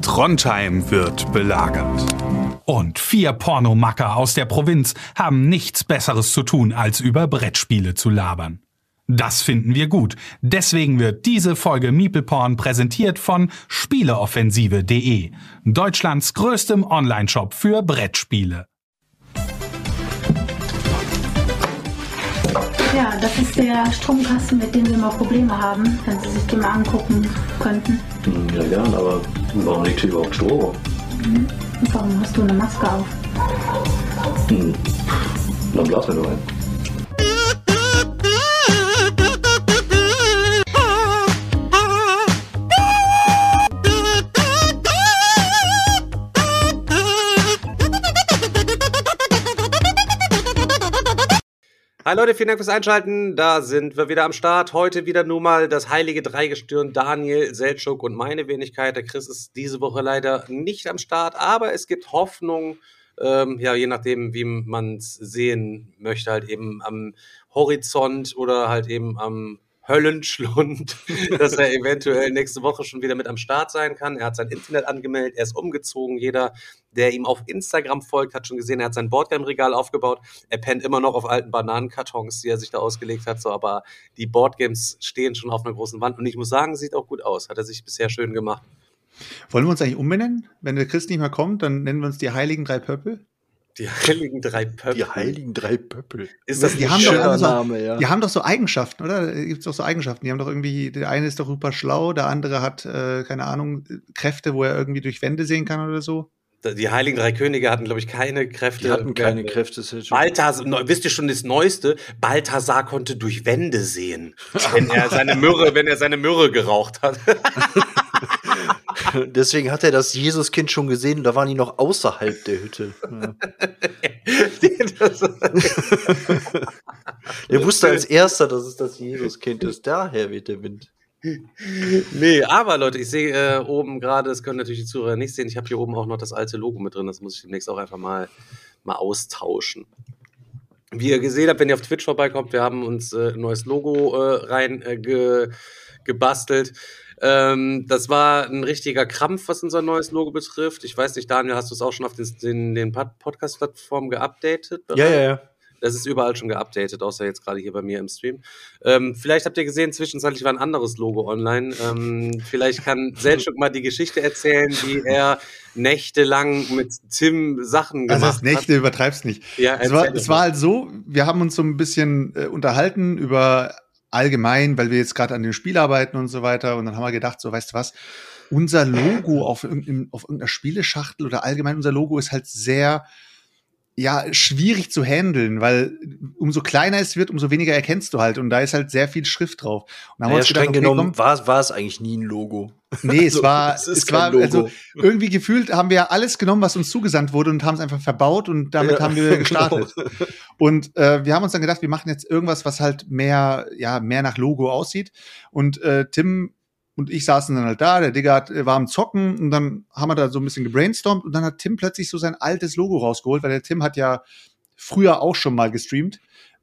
Trondheim wird belagert. Und 4 Pornomacker aus der Provinz haben nichts Besseres zu tun, als über Brettspiele zu labern. Das finden wir gut. Deswegen wird diese Folge MeeplePorn präsentiert von Spieleoffensive.de, Deutschlands größtem Onlineshop für Brettspiele. Ja, das ist der Stromkasten, mit dem wir immer Probleme haben, wenn Sie sich den mal angucken könnten. Ja, gern, aber warum liegt hier überhaupt Strom? Und warum hast du eine Maske auf? Dann blasen wir nur ein. Hi Leute, vielen Dank fürs Einschalten. Da sind wir wieder am Start. Heute wieder nur mal das heilige Dreigestirn Daniel, Seltschuk und meine Wenigkeit. Der Chris ist diese Woche leider nicht am Start, aber es gibt Hoffnung, ja, je nachdem, wie man es sehen möchte, halt eben am Horizont oder halt eben am Höllenschlund, dass er eventuell nächste Woche schon wieder mit am Start sein kann. Er hat sein Internet angemeldet, er ist umgezogen. Jeder, der ihm auf Instagram folgt, hat schon gesehen, er hat sein Boardgame-Regal aufgebaut. Er pennt immer noch auf alten Bananenkartons, die er sich da ausgelegt hat. So, aber die Boardgames stehen schon auf einer großen Wand. Und ich muss sagen, sieht auch gut aus. Hat er sich bisher schön gemacht. Wollen wir uns eigentlich umbenennen? Wenn der Chris nicht mehr kommt, dann nennen wir uns die Heiligen Drei Pöppel. Die Heiligen Drei Pöppel. Die Heiligen Drei Pöppel. Ist das die ein schöner Name, ja. Die haben doch so Eigenschaften, oder? Da gibt es doch so Eigenschaften. Die haben doch irgendwie, der eine ist doch super schlau, der andere hat, keine Ahnung, Kräfte, wo er irgendwie durch Wände sehen kann oder so. Die Heiligen Drei Könige hatten, glaube ich, keine Kräfte. Die hatten keine Kräfte. Balthasar, wisst ihr schon das Neueste? Balthasar konnte durch Wände sehen, wenn er seine Myrrhe geraucht hat. Deswegen hat er das Jesuskind schon gesehen, da waren die noch außerhalb der Hütte. Ja. Der wusste als erster, dass es das Jesuskind ist. Daher weht der Wind. Nee, aber Leute, ich sehe oben gerade, das können natürlich die Zuhörer nicht sehen, ich habe hier oben auch noch das alte Logo mit drin, das muss ich demnächst auch einfach mal austauschen. Wie ihr gesehen habt, wenn ihr auf Twitch vorbeikommt, wir haben uns ein neues Logo gebastelt. Das war ein richtiger Krampf, was unser neues Logo betrifft. Ich weiß nicht, Daniel, hast du es auch schon auf den Podcast-Plattformen geupdatet? Ja. Das ist überall schon geupdatet, außer jetzt gerade hier bei mir im Stream. Vielleicht habt ihr gesehen, zwischenzeitlich war ein anderes Logo online. Vielleicht kann Seltschuk mal die Geschichte erzählen, wie er nächtelang mit Tim Sachen gemacht hat. Also Nächte übertreibst nicht. Ja, es war halt so, wir haben uns so ein bisschen unterhalten über allgemein, weil wir jetzt gerade an dem Spiel arbeiten und so weiter. Und dann haben wir gedacht, so, weißt du was, unser Logo auf irgendeiner Spieleschachtel oder allgemein unser Logo ist halt sehr, ja, schwierig zu handeln, weil umso kleiner es wird, umso weniger erkennst du halt. Und da ist halt sehr viel Schrift drauf. Und dann haben wir uns streng gedacht, okay, genommen war es eigentlich nie ein Logo. Nee, es war Logo. also irgendwie gefühlt haben wir alles genommen, was uns zugesandt wurde und haben es einfach verbaut und damit haben wir gestartet. Und wir haben uns dann gedacht, wir machen jetzt irgendwas, was halt mehr nach Logo aussieht. Und Tim und ich saßen dann halt da, der Digga war am Zocken und dann haben wir da so ein bisschen gebrainstormt und dann hat Tim plötzlich so sein altes Logo rausgeholt, weil der Tim hat ja früher auch schon mal gestreamt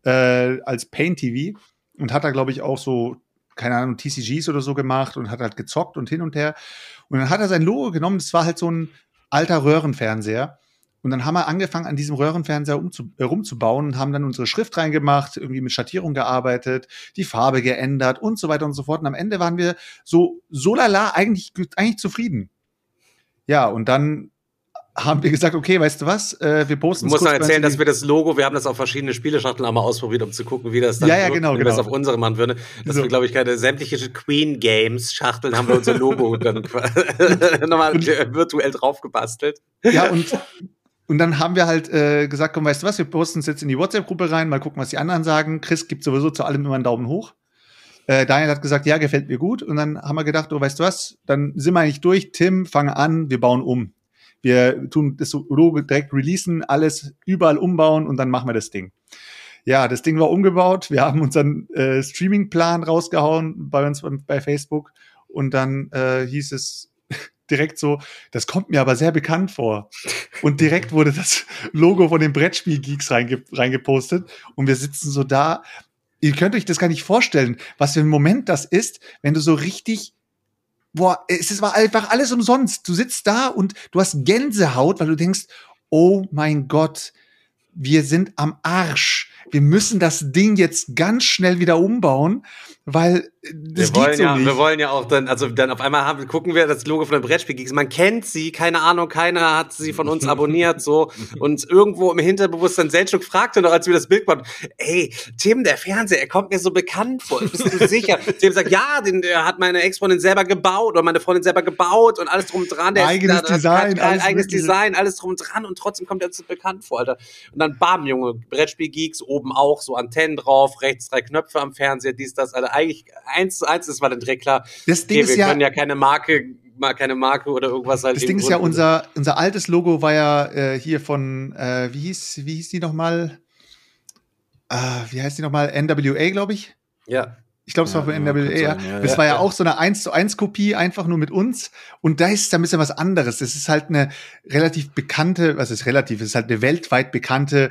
als Pain TV und hat da, glaube ich, auch so, keine Ahnung, TCGs oder so gemacht und hat halt gezockt und hin und her. Und dann hat er sein Logo genommen, das war halt so ein alter Röhrenfernseher. Und dann haben wir angefangen, an diesem Röhrenfernseher rumzubauen und haben dann unsere Schrift reingemacht, irgendwie mit Schattierung gearbeitet, die Farbe geändert und so weiter und so fort. Und am Ende waren wir so lala eigentlich zufrieden. Ja, und dann haben wir gesagt, okay, weißt du was, wir posten es. Ich muss noch erzählen, dass wir das Logo, wir haben das auf verschiedene Spieleschachteln einmal ausprobiert, um zu gucken, wie das dann wirkt, genau. Wenn wir das auf unsere machen würden. Dass wir, glaube ich, keine sämtliche Queen Games Schachteln haben wir unser Logo dann nochmal virtuell drauf gebastelt. Ja, und dann haben wir halt gesagt, komm, weißt du was, wir posten es jetzt in die WhatsApp-Gruppe rein, mal gucken, was die anderen sagen. Chris gibt sowieso zu allem immer einen Daumen hoch. Daniel hat gesagt, ja, gefällt mir gut. Und dann haben wir gedacht, oh, weißt du was, dann sind wir eigentlich durch. Tim, fange an, wir bauen um. Wir tun das Logo direkt releasen, alles überall umbauen und dann machen wir das Ding. Ja, das Ding war umgebaut. Wir haben unseren Streaming-Plan rausgehauen bei uns bei Facebook. Und dann hieß es direkt so, das kommt mir aber sehr bekannt vor. Und direkt wurde das Logo von den Brettspiel-Geeks reingepostet. Und wir sitzen so da. Ihr könnt euch das gar nicht vorstellen, was für ein Moment das ist, wenn du so richtig boah, war einfach alles umsonst. Du sitzt da und du hast Gänsehaut, weil du denkst, oh mein Gott, wir sind am Arsch. Wir müssen das Ding jetzt ganz schnell wieder umbauen, weil das geht so nicht. Wir wollen ja auch dann auf einmal gucken wir das Logo von den Brettspiel-Geeks. Man kennt sie, keine Ahnung, keiner hat sie von uns abonniert, so. Und irgendwo im Hinterbewusstsein Selchuk fragte noch, als wir das Bild machen, ey, Tim, der Fernseher, er kommt mir so bekannt vor. Bist du sicher? Tim sagt, ja, der hat meine Ex-Freundin selber gebaut oder meine Freundin selber gebaut und alles drum und dran. Eigenes Design, alles drum und dran und trotzdem kommt er uns so bekannt vor, Alter. Und dann bam, Junge, Brettspiel-Geeks, oben auch so Antennen drauf, rechts 3 Knöpfe am Fernseher, dies, das, Alter. Eigentlich 1:1, das war dann direkt klar. Das Ding ist wir können ja keine Marke oder irgendwas halt. Das Ding ist ja, unser altes Logo war ja hier von, wie hieß die nochmal? Wie heißt die nochmal? NWA, glaube ich. Ja. Ich glaube, es war von NWA. Ja. Das war ja auch so eine 1:1 Kopie, einfach nur mit uns. Und da ist ein bisschen was anderes. Das ist halt eine relativ bekannte, es ist halt eine weltweit bekannte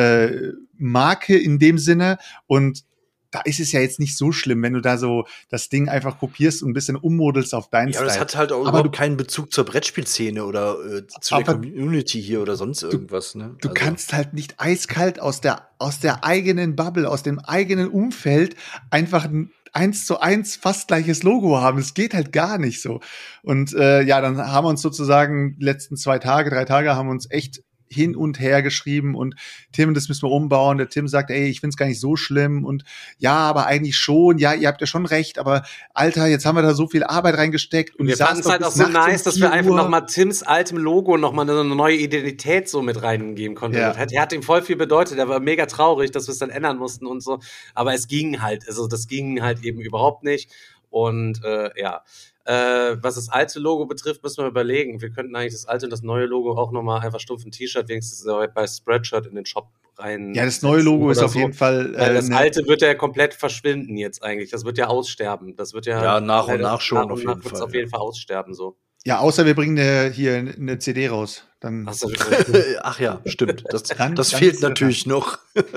Marke in dem Sinne. Und da ist es ja jetzt nicht so schlimm, wenn du da so das Ding einfach kopierst und ein bisschen ummodelst auf deinen Style. Ja, das hat halt auch überhaupt keinen Bezug zur Brettspielszene oder zu der Community hier oder sonst irgendwas. Ne? Du kannst halt nicht eiskalt aus der eigenen Bubble, aus dem eigenen Umfeld einfach ein 1:1 fast gleiches Logo haben. Es geht halt gar nicht so. Und dann haben wir uns sozusagen die letzten 3 Tage haben wir uns echt hin und her geschrieben und Tim, das müssen wir umbauen. Der Tim sagt, ey, ich find's gar nicht so schlimm und ja, aber eigentlich schon, ja, ihr habt ja schon recht, aber Alter, jetzt haben wir da so viel Arbeit reingesteckt. Und wir fanden es halt auch so nice, dass wir einfach nochmal Tims altem Logo nochmal eine neue Identität so mit reingeben konnten. Ja. Er hat ihm voll viel bedeutet, er war mega traurig, dass wir es dann ändern mussten und so, aber das ging halt eben überhaupt nicht und was das alte Logo betrifft, müssen wir überlegen. Wir könnten eigentlich das alte und das neue Logo auch nochmal einfach stumpf ein T-Shirt wenigstens bei Spreadshirt in den Shop rein. Ja, das neue Logo ist auf jeden Fall. Das alte wird ja komplett verschwinden jetzt eigentlich. Das wird ja aussterben. Das wird ja nach und nach schon auf jeden Fall. Auf jeden Fall aussterben so. Ja, außer wir bringen hier eine CD raus. Dann Ach ja, stimmt. Das fehlt natürlich noch.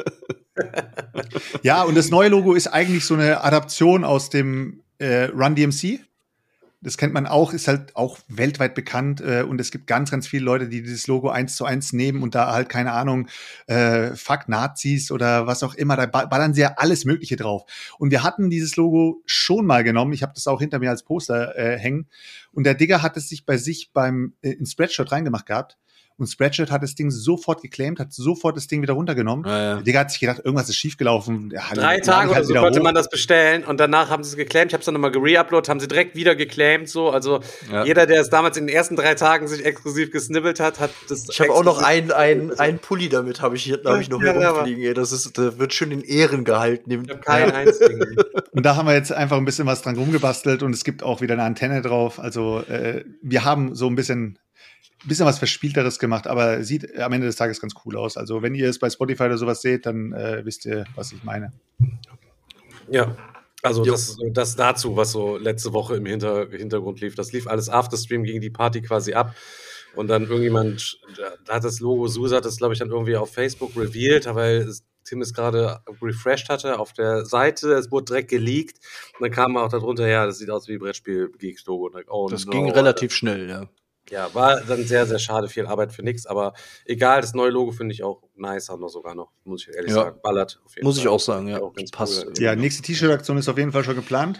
Ja, und das neue Logo ist eigentlich so eine Adaption aus dem Run DMC. Das kennt man auch, ist halt auch weltweit bekannt und es gibt ganz, ganz viele Leute, die dieses Logo 1:1 nehmen und da halt, keine Ahnung, fuck Nazis oder was auch immer, da ballern sie ja alles Mögliche drauf. Und wir hatten dieses Logo schon mal genommen, ich habe das auch hinter mir als Poster hängen und der Digger hat es sich bei sich in Spreadshirt reingemacht gehabt. Und Spreadshirt hat das Ding sofort geclaimt, hat sofort das Ding wieder runtergenommen. Ja. Der Digga hat sich gedacht, irgendwas ist schiefgelaufen. 3 Tage oder so konnte man das bestellen und danach haben sie es geclaimt. Ich habe es dann nochmal gereuploadet, haben sie direkt wieder geclaimt. So. Also jeder, der es damals in den ersten 3 Tagen sich exklusiv gesnibbelt hat das. Ich habe auch noch ein Pulli damit, habe ich noch hier rumfliegen. Das wird schön in Ehren gehalten. Ich habe keinen einzigen. Und da haben wir jetzt einfach ein bisschen was dran rumgebastelt und es gibt auch wieder eine Antenne drauf. Also wir haben so ein bisschen was Verspielteres gemacht, aber sieht am Ende des Tages ganz cool aus. Also wenn ihr es bei Spotify oder sowas seht, dann wisst ihr, was ich meine. Ja, also das dazu, was so letzte Woche im Hintergrund lief. Das lief alles Afterstream, ging die Party quasi ab. Und dann irgendjemand, da hat das Logo, Susa hat das, glaube ich, dann irgendwie auf Facebook revealed, weil Tim es gerade refreshed hatte auf der Seite. Es wurde direkt geleakt. Und dann kam auch darunter, ja, das sieht aus wie Brettspiel-Geeks-Logo. Das ging relativ schnell, ja. Ja, war dann sehr, sehr schade, viel Arbeit für nichts, aber egal, das neue Logo finde ich auch nicer sogar noch, muss ich ehrlich sagen. Ballert auf jeden Fall. Muss ich auch sagen, ja. Auch ganz passt. Cool. Ja, nächste T-Shirt-Aktion ist auf jeden Fall schon geplant.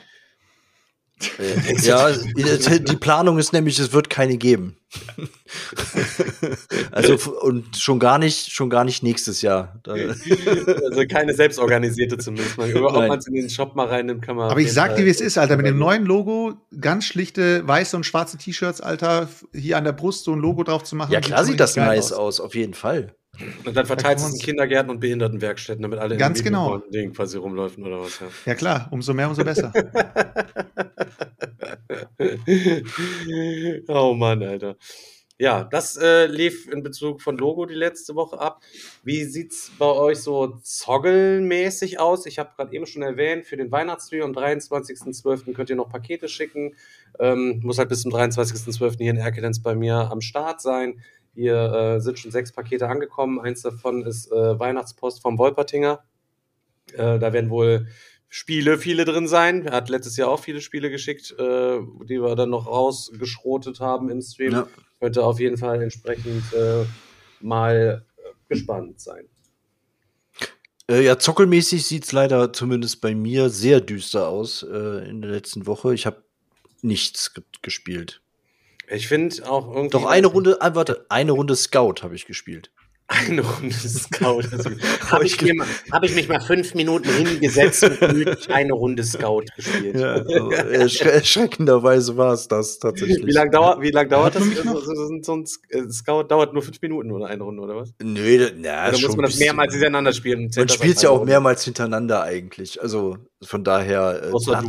Ja, die Planung ist nämlich, es wird keine geben. Also und schon gar nicht nächstes Jahr. Also keine selbstorganisierte zumindest. Ob man es in den Shop mal reinnimmt, kann man. Aber ich sag dir, wie es ist, Alter, mit dem neuen Logo, ganz schlichte weiße und schwarze T-Shirts, Alter, hier an der Brust so ein Logo drauf zu machen. Ja, klar sieht das nice aus, auf jeden Fall. Und dann verteilt es in Kindergärten und Behindertenwerkstätten, damit alle ganz in genau Ding quasi rumläufen oder was. Ja klar, umso mehr, umso besser. Oh Mann, Alter. Ja, das lief in Bezug von Logo die letzte Woche ab. Wie sieht's bei euch so zoggelmäßig aus? Ich habe gerade eben schon erwähnt, für den Weihnachtsstream am 23.12. könnt ihr noch Pakete schicken. Muss halt bis zum 23.12. hier in Erkelenz bei mir am Start sein. Hier sind schon 6 Pakete angekommen. Eins davon ist Weihnachtspost vom Wolpertinger. Da werden wohl Spiele viele drin sein. Er hat letztes Jahr auch viele Spiele geschickt, die wir dann noch rausgeschrotet haben im Stream. Ja. Könnte auf jeden Fall entsprechend mal gespannt sein. Ja, zockelmäßig sieht es leider zumindest bei mir sehr düster aus in der letzten Woche. Ich habe nichts gespielt. Ich finde auch irgendwie. Doch eine Runde Scout habe ich gespielt. Eine Runde Scout. Habe ich mich mal 5 Minuten hingesetzt und gemütlich eine Runde Scout gespielt. Ja, also, erschreckenderweise war es das tatsächlich. Wie lange dauert das? So ein Scout dauert nur 5 Minuten oder eine Runde, oder was? Nö, oder muss man das mehrmals hintereinander spielen? Man spielt es ja auch mehrmals hintereinander eigentlich. Also von daher. Außer du.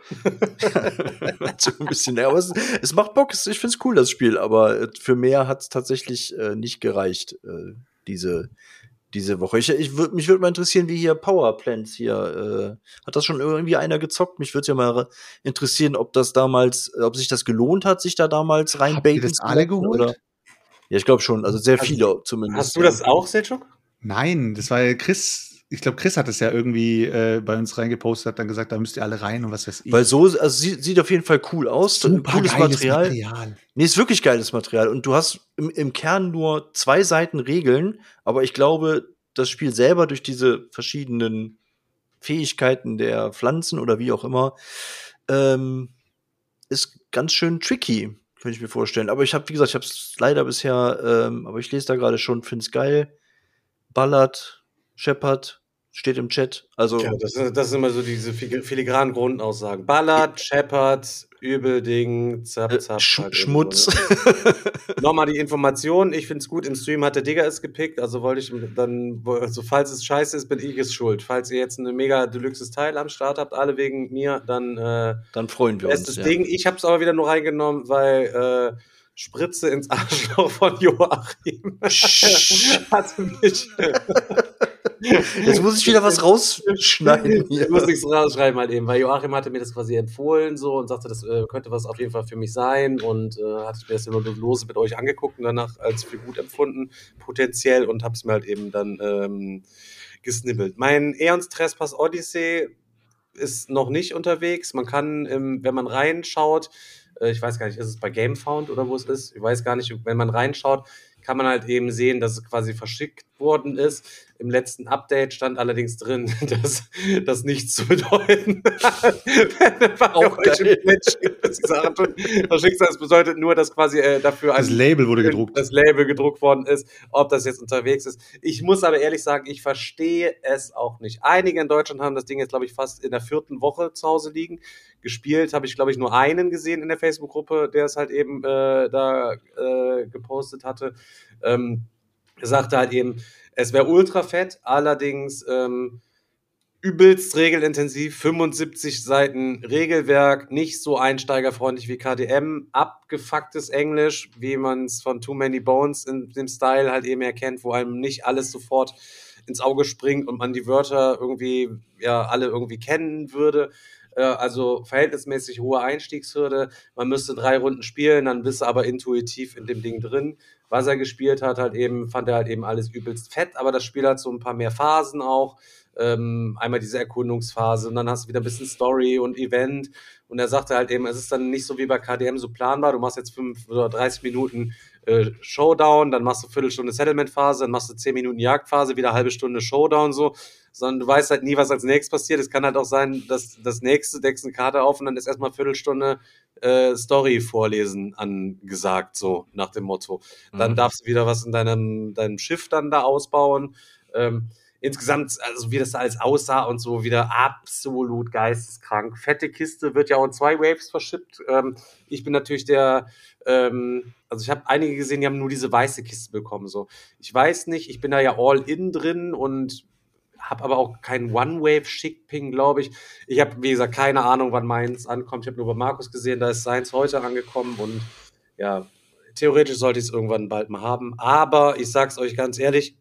So ein bisschen, aber es macht Bock. Ich finde es cool, das Spiel, aber für mehr hat es tatsächlich nicht gereicht, diese Woche. Mich würde mal interessieren, wie hier Power Plants hier, hat das schon irgendwie einer gezockt? Mich würde ja mal interessieren, ob sich das gelohnt hat, sich da damals reinbaiten. Habt ihr das alle geholt? Oder? Ja, ich glaube schon, also sehr viele zumindest. Hast du das auch, Selchuk? Nein, das war ja Chris. Ich glaube, Chris hat es ja irgendwie bei uns reingepostet, hat dann gesagt, da müsst ihr alle rein und was weiß ich. Weil sieht auf jeden Fall cool aus. Super cooles geiles Material. Nee, ist wirklich geiles Material. Und du hast im Kern nur 2 Seiten Regeln, aber ich glaube, das Spiel selber durch diese verschiedenen Fähigkeiten der Pflanzen oder wie auch immer, ist ganz schön tricky, könnte ich mir vorstellen. Aber ich habe es leider bisher, aber ich lese da gerade schon, finde es geil. Ballard, Shepard, steht im Chat. Also ja, das sind immer so diese filigranen Grundaussagen. Ballard, Shepard, Übelding, Zap, Schmutz. Nochmal die Information. Ich finde es gut. Im Stream hat der Digger es gepickt. Also wollte ich dann, also falls es scheiße ist, bin ich es schuld. Falls ihr jetzt ein mega deluxes Teil am Start habt, alle wegen mir, dann freuen wir uns. Das Ding. Ich habe es aber wieder nur reingenommen, weil Spritze ins Arschloch von Joachim hat mich. Jetzt muss ich wieder was rausschneiden. Jetzt muss ich es rausschreiben halt eben, weil Joachim hatte mir das quasi empfohlen so und sagte, das könnte was auf jeden Fall für mich sein und hatte ich mir das nur lose mit euch angeguckt und danach als für gut empfunden, potenziell, und habe es mir halt eben dann gesnibbelt. Mein Aeons Trespass Odyssey ist noch nicht unterwegs. Man kann, wenn man reinschaut, ich weiß gar nicht, ist es bei GameFound oder wo es ist? Ich weiß gar nicht, wenn man reinschaut, kann man halt eben sehen, dass es quasi verschickt worden ist. Im letzten Update stand allerdings drin, dass das nichts zu bedeuten hat. Auch geil. Verschickt, das bedeutet nur, dass quasi dafür das Label wurde gedruckt. Das Label gedruckt worden ist, ob das jetzt unterwegs ist. Ich muss aber ehrlich sagen, ich verstehe es auch nicht. Einige in Deutschland haben das Ding jetzt, glaube ich, fast in der 4. Woche zu Hause liegen. Gespielt habe ich, glaube ich, nur einen gesehen in der Facebook-Gruppe, der es halt eben da gepostet hatte. Er sagte halt eben, es wäre ultra fett, allerdings übelst regelintensiv, 75 Seiten Regelwerk, nicht so einsteigerfreundlich wie KDM, abgefucktes Englisch, wie man es von Too Many Bones in dem Style halt eben erkennt, wo einem nicht alles sofort ins Auge springt und man die Wörter irgendwie, ja, alle irgendwie kennen würde. Also verhältnismäßig hohe Einstiegshürde. Man müsste 3 Runden spielen, dann bist du aber intuitiv in dem Ding drin. Was er gespielt hat, halt eben, fand er halt eben alles übelst fett, aber das Spiel hat so ein paar mehr Phasen auch. Einmal diese Erkundungsphase und dann hast du wieder ein bisschen Story und Event. Und er sagte halt eben, es ist dann nicht so wie bei KDM so planbar. Du machst jetzt 5 oder 30 Minuten Showdown, dann machst du Viertelstunde Settlement-Phase, dann machst du 10 Minuten Jagdphase, wieder halbe Stunde Showdown so. Sondern du weißt halt nie, was als nächstes passiert. Es kann halt auch sein, dass das nächste, deckst eine Karte auf und dann ist erstmal Viertelstunde Story vorlesen angesagt, so nach dem Motto. Dann darfst du wieder was in deinem Schiff dann da ausbauen. Insgesamt, also wie das da alles aussah und so, wieder absolut geisteskrank. Fette Kiste, wird ja auch in 2 Waves verschippt. Ich bin natürlich also ich habe einige gesehen, die haben nur diese weiße Kiste bekommen. So, ich weiß nicht, ich bin da ja all in drin und habe aber auch keinen One-Wave-Schickping, glaube ich. Ich habe, wie gesagt, keine Ahnung, wann meins ankommt. Ich habe nur bei Markus gesehen, da ist seins heute angekommen und ja, theoretisch sollte ich es irgendwann bald mal haben. Aber ich sag's euch ganz ehrlich,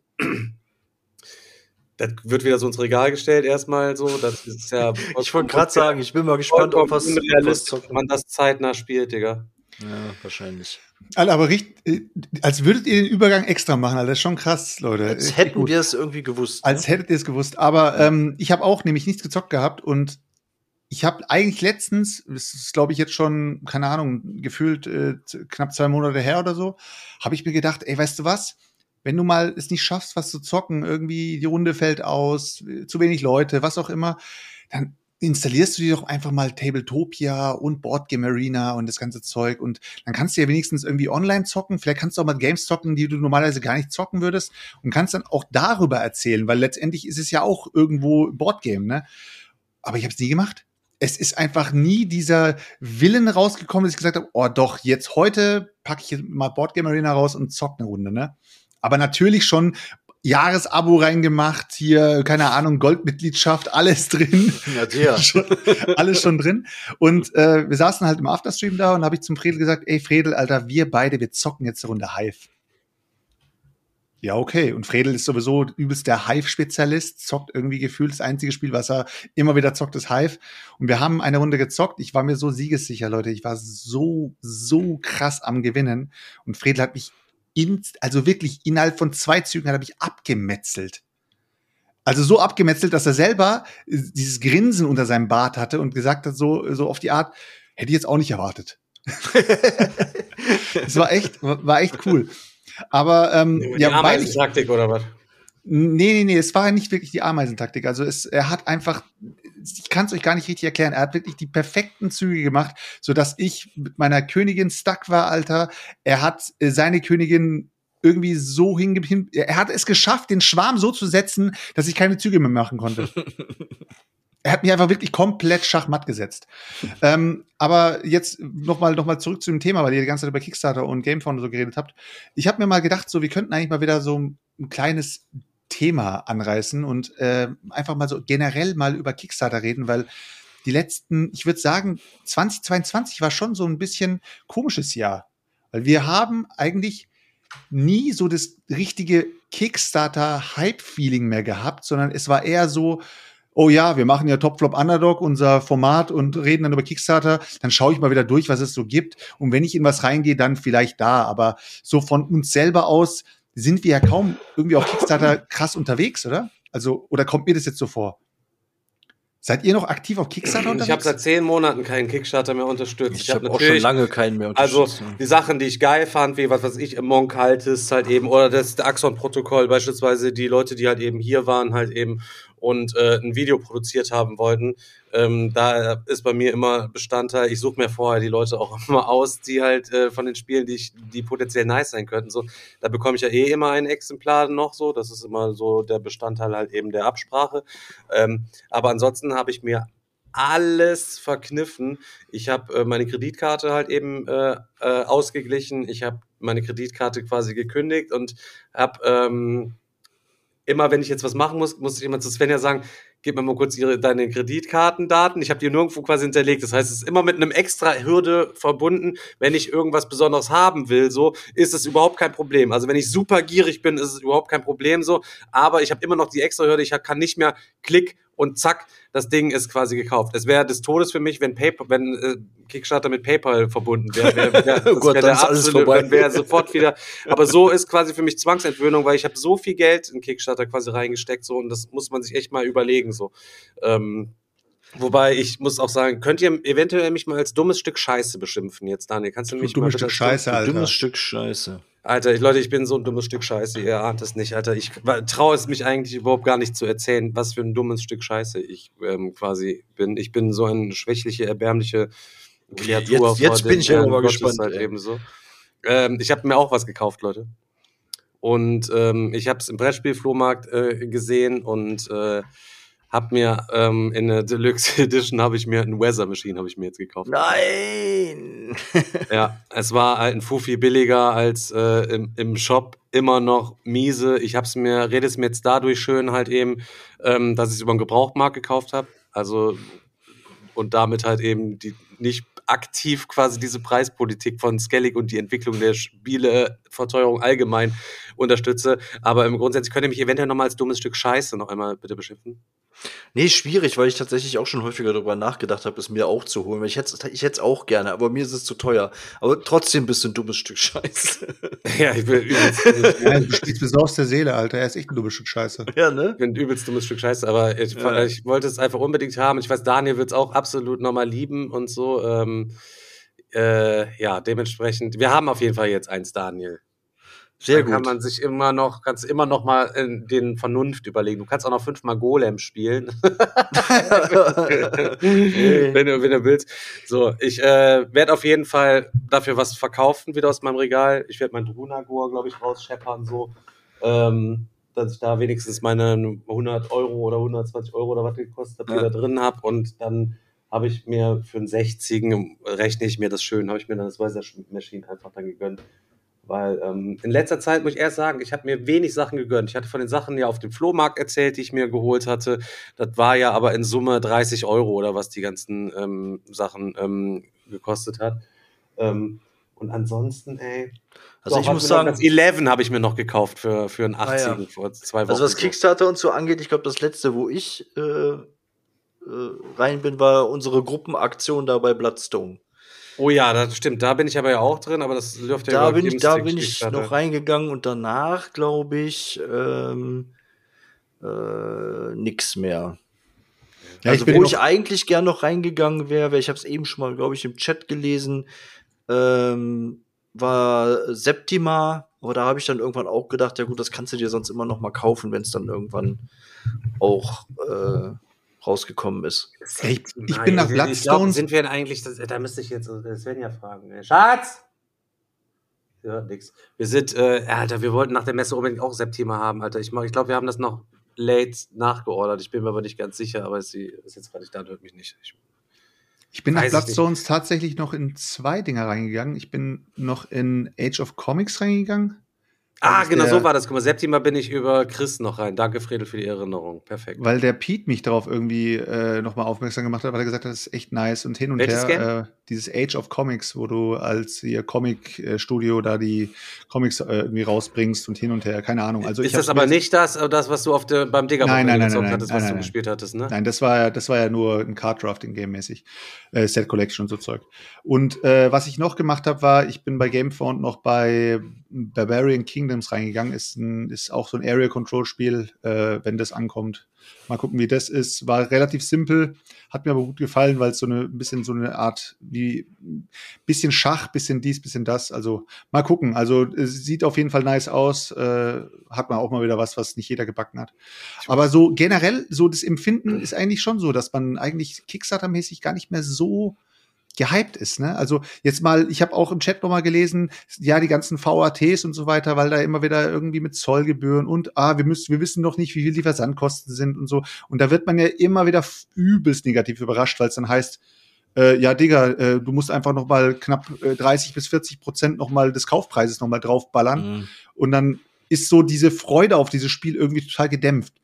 das wird wieder so ins Regal gestellt erstmal so. Das ist ja. Ich wollte gerade sagen, ich bin mal gespannt, ob was man das zeitnah spielt, Digga. Ja, wahrscheinlich. Alter, aber als würdet ihr den Übergang extra machen, Alter. Das ist schon krass, Leute. Als hätten wir es irgendwie gewusst. Als hättet ihr es gewusst. Aber ich habe auch nämlich nichts gezockt gehabt und ich habe eigentlich letztens, das ist glaube ich jetzt schon, keine Ahnung, gefühlt knapp 2 Monate her oder so, habe ich mir gedacht, ey, weißt du was? Wenn du mal es nicht schaffst, was zu zocken, irgendwie die Runde fällt aus, zu wenig Leute, was auch immer, dann installierst du dir doch einfach mal Tabletopia und Boardgame Arena und das ganze Zeug und dann kannst du ja wenigstens irgendwie online zocken. Vielleicht kannst du auch mal Games zocken, die du normalerweise gar nicht zocken würdest und kannst dann auch darüber erzählen, weil letztendlich ist es ja auch irgendwo Boardgame, ne? Aber ich habe es nie gemacht. Es ist einfach nie dieser Willen rausgekommen, dass ich gesagt habe, oh doch, jetzt heute packe ich mal Boardgame Arena raus und zock eine Runde, ne? Aber natürlich schon Jahresabo reingemacht, hier, keine Ahnung, Goldmitgliedschaft, alles drin. Ja, Alles schon drin. Und wir saßen halt im Afterstream da und habe ich zum Fredel gesagt, ey Fredel, Alter, wir zocken jetzt eine Runde Hive. Ja, okay. Und Fredel ist sowieso übelst der Hive-Spezialist, zockt irgendwie gefühlt das einzige Spiel, was er immer wieder zockt, ist Hive. Und wir haben eine Runde gezockt. Ich war mir so siegessicher, Leute. Ich war so krass am Gewinnen. Und Fredel hat mich also wirklich innerhalb von 2 Zügen hat er mich abgemetzelt. Also so abgemetzelt, dass er selber dieses Grinsen unter seinem Bart hatte und gesagt hat, so auf die Art, hätte ich jetzt auch nicht erwartet. Das war echt cool. Aber die Ameisentaktik oder was? Nee, es war nicht wirklich die Ameisentaktik. Also er hat einfach, ich kann es euch gar nicht richtig erklären, er hat wirklich die perfekten Züge gemacht, sodass ich mit meiner Königin stuck war, Alter. Er hat seine Königin irgendwie so er hat es geschafft, den Schwarm so zu setzen, dass ich keine Züge mehr machen konnte. Er hat mich einfach wirklich komplett schachmatt gesetzt. Aber jetzt noch mal zurück zu dem Thema, weil ihr die ganze Zeit über Kickstarter und Gamefound so geredet habt. Ich habe mir mal gedacht, so wir könnten eigentlich mal wieder so ein kleines Thema anreißen und einfach mal so generell mal über Kickstarter reden, weil die letzten, ich würde sagen, 2022 war schon so ein bisschen komisches Jahr. Weil wir haben eigentlich nie so das richtige Kickstarter-Hype-Feeling mehr gehabt, sondern es war eher so, oh ja, wir machen ja Top Flop Underdog, unser Format, und reden dann über Kickstarter, dann schaue ich mal wieder durch, was es so gibt. Und wenn ich in was reingehe, dann vielleicht da. Aber so von uns selber aus sind wir ja kaum irgendwie auf Kickstarter krass unterwegs, oder? Also, oder kommt mir das jetzt so vor? Seid ihr noch aktiv auf Kickstarter unterwegs? Ich habe seit 10 Monaten keinen Kickstarter mehr unterstützt. Ich habe auch schon lange keinen mehr unterstützt. Also die Sachen, die ich geil fand, wie was weiß ich, Monk Haltes halt eben, oder das Axon-Protokoll beispielsweise, die Leute, die halt eben hier waren halt eben und ein Video produziert haben wollten, da ist bei mir immer Bestandteil, ich suche mir vorher die Leute auch immer aus, die halt von den Spielen, die potenziell nice sein könnten, so, da bekomme ich ja immer ein Exemplar noch so, das ist immer so der Bestandteil halt eben der Absprache, aber ansonsten habe ich mir alles verkniffen. Ich habe meine Kreditkarte halt eben ausgeglichen, ich habe meine Kreditkarte quasi gekündigt und habe immer, wenn ich jetzt was machen muss ich immer zu Svenja sagen, gib mir mal kurz deine Kreditkartendaten. Ich habe die nirgendwo quasi hinterlegt. Das heißt, es ist immer mit einem extra Hürde verbunden. Wenn ich irgendwas Besonderes haben will, so, ist es überhaupt kein Problem. Also wenn ich super gierig bin, ist es überhaupt kein Problem so. Aber ich habe immer noch die extra Hürde. Ich kann nicht mehr Klick und zack, das Ding ist quasi gekauft. Es wäre des Todes für mich, wenn Kickstarter mit PayPal verbunden wäre. Dann wäre sofort wieder. Aber so ist quasi für mich Zwangsentwöhnung, weil ich habe so viel Geld in Kickstarter quasi reingesteckt, so, und das muss man sich echt mal überlegen, so. Wobei, ich muss auch sagen, könnt ihr eventuell mich mal als dummes Stück Scheiße beschimpfen jetzt, Daniel? Kannst du mich dummes Stück Scheiße, Alter. Dummes Stück Scheiße. Alter, Leute, ich bin so ein dummes Stück Scheiße, ihr ahnt es nicht, Alter. Ich traue es mich eigentlich überhaupt gar nicht zu erzählen, was für ein dummes Stück Scheiße ich quasi bin. Ich bin so eine schwächliche, erbärmliche Kreatur. Jetzt bin ich aber mal gespannt. Halt eben so. Ich habe mir auch was gekauft, Leute. Und ich habe es im Brettspiel-Flohmarkt gesehen und habe mir in der Deluxe Edition habe ich mir ein Weather Machine jetzt gekauft. Nein! Ja, es war halt ein Fuffi billiger als im Shop, immer noch miese. Ich rede es mir jetzt dadurch schön halt eben, dass ich es über den Gebrauchtmarkt gekauft habe. Also und damit halt eben nicht aktiv quasi diese Preispolitik von Skellig und die Entwicklung der Spieleverteuerung allgemein unterstütze. Aber im Grundsatz könnt ihr mich eventuell nochmal als dummes Stück Scheiße noch einmal bitte beschimpfen. Nee, schwierig, weil ich tatsächlich auch schon häufiger darüber nachgedacht habe, es mir auch zu holen. Weil ich hätte es auch gerne, aber mir ist es zu teuer. Aber trotzdem bist du ein dummes Stück Scheiße. Ja, ich bin übelst, Ja, du spielst mir so aus der Seele, Alter. Er ist echt ein dummes Stück Scheiße. Ja, ne? ich bin ein übelst dummes Stück Scheiße, aber ich wollte es einfach unbedingt haben. Ich weiß, Daniel wird es auch absolut nochmal lieben und so. Ja, dementsprechend. Wir haben auf jeden Fall jetzt eins, Daniel. Sehr Dann gut. kannst du immer noch mal den Vernunft überlegen. Du kannst auch noch 5-mal Golem spielen, wenn du willst. So, ich werde auf jeden Fall dafür was verkaufen, wieder aus meinem Regal. Ich werde mein Drunagor, glaube ich, rausscheppern, so, dass ich da wenigstens meine 100 Euro oder 120 Euro oder was gekostet hat, wieder drin habe. Und dann habe ich mir für einen 60 rechne ich mir das schön, habe ich mir dann das Weiser Machine einfach dann gegönnt. Weil in letzter Zeit muss ich erst sagen, ich habe mir wenig Sachen gegönnt. Ich hatte von den Sachen ja auf dem Flohmarkt erzählt, die ich mir geholt hatte. Das war ja aber in Summe 30 Euro oder was die ganzen Sachen gekostet hat. Und ansonsten, Also ich muss das sagen, 11 habe ich mir noch gekauft für einen 80 ja. vor 2 Wochen. also was so. Kickstarter und so angeht, ich glaube, das letzte, wo ich rein bin, war unsere Gruppenaktion da bei Bloodstone. Oh ja, das stimmt. Da bin ich aber ja auch drin, aber das läuft ja Da über bin ich Kickstarter. noch reingegangen und danach, glaube ich, nix mehr. Ja, Also ich bin wo noch- ich eigentlich gern noch reingegangen wäre, ich habe es eben schon mal, glaube ich, im Chat gelesen, war Septima, aber da habe ich dann irgendwann auch gedacht, ja gut, das kannst du dir sonst immer noch mal kaufen, wenn es dann irgendwann auch rausgekommen ist. Ich bin nach Ich glaube, Bloodstones. sind wir denn eigentlich, da müsste ich jetzt Svenja fragen. Schatz! Ja, nix. Wir sind, Alter, wir wollten nach der Messe unbedingt auch Septima haben, Alter. Ich glaube, wir haben das noch late nachgeordert. Ich bin mir aber nicht ganz sicher, aber sie ist jetzt gerade nicht da und hört mich nicht. Ich bin nach Weiß ich Bloodstones tatsächlich noch in 2 Dinger reingegangen. Ich bin noch in Age of Comics reingegangen. Das ist Genau, der- so war das. Guck mal, Septima bin ich über Chris noch rein. Danke, Fredel, für die Erinnerung. Perfekt. Weil der Pete mich darauf irgendwie nochmal aufmerksam gemacht hat, weil er gesagt hat, das ist echt nice und hin und Welches her. Dieses Age of Comics, wo du als ihr Comic-Studio da die Comics irgendwie rausbringst und hin und her, keine Ahnung. Also Ist das aber nicht das, was du beim Digger Nein, gezockt nein, hattest, was nein, du nein. gespielt hattest, ne? Nein, das war ja nur ein Card-Drafting-Game-mäßig. Set Collection und so Zeug. Und was ich noch gemacht habe, war, ich bin bei Gamefound noch bei Barbarian Kingdoms reingegangen. Ist auch so ein Area-Control-Spiel, wenn das ankommt. Mal gucken, wie das ist. War relativ simpel, hat mir aber gut gefallen, weil es so ein bisschen so eine Art wie bisschen Schach, bisschen dies, bisschen das. Also mal gucken. Also es sieht auf jeden Fall nice aus. Hat man auch mal wieder was nicht jeder gebacken hat. Aber so generell, so das Empfinden ist eigentlich schon so, dass man eigentlich Kickstarter-mäßig gar nicht mehr so gehypt ist, ne? Also jetzt mal, ich habe auch im Chat noch mal gelesen, ja, die ganzen VATs und so weiter, weil da immer wieder irgendwie mit Zollgebühren und wir wissen noch nicht, wie viel die Versandkosten sind und so. Und da wird man ja immer wieder übelst negativ überrascht, weil es dann heißt, ja, Digga, du musst einfach noch mal knapp 30-40% noch mal des Kaufpreises noch mal draufballern. Mhm. Und dann ist so diese Freude auf dieses Spiel irgendwie total gedämpft.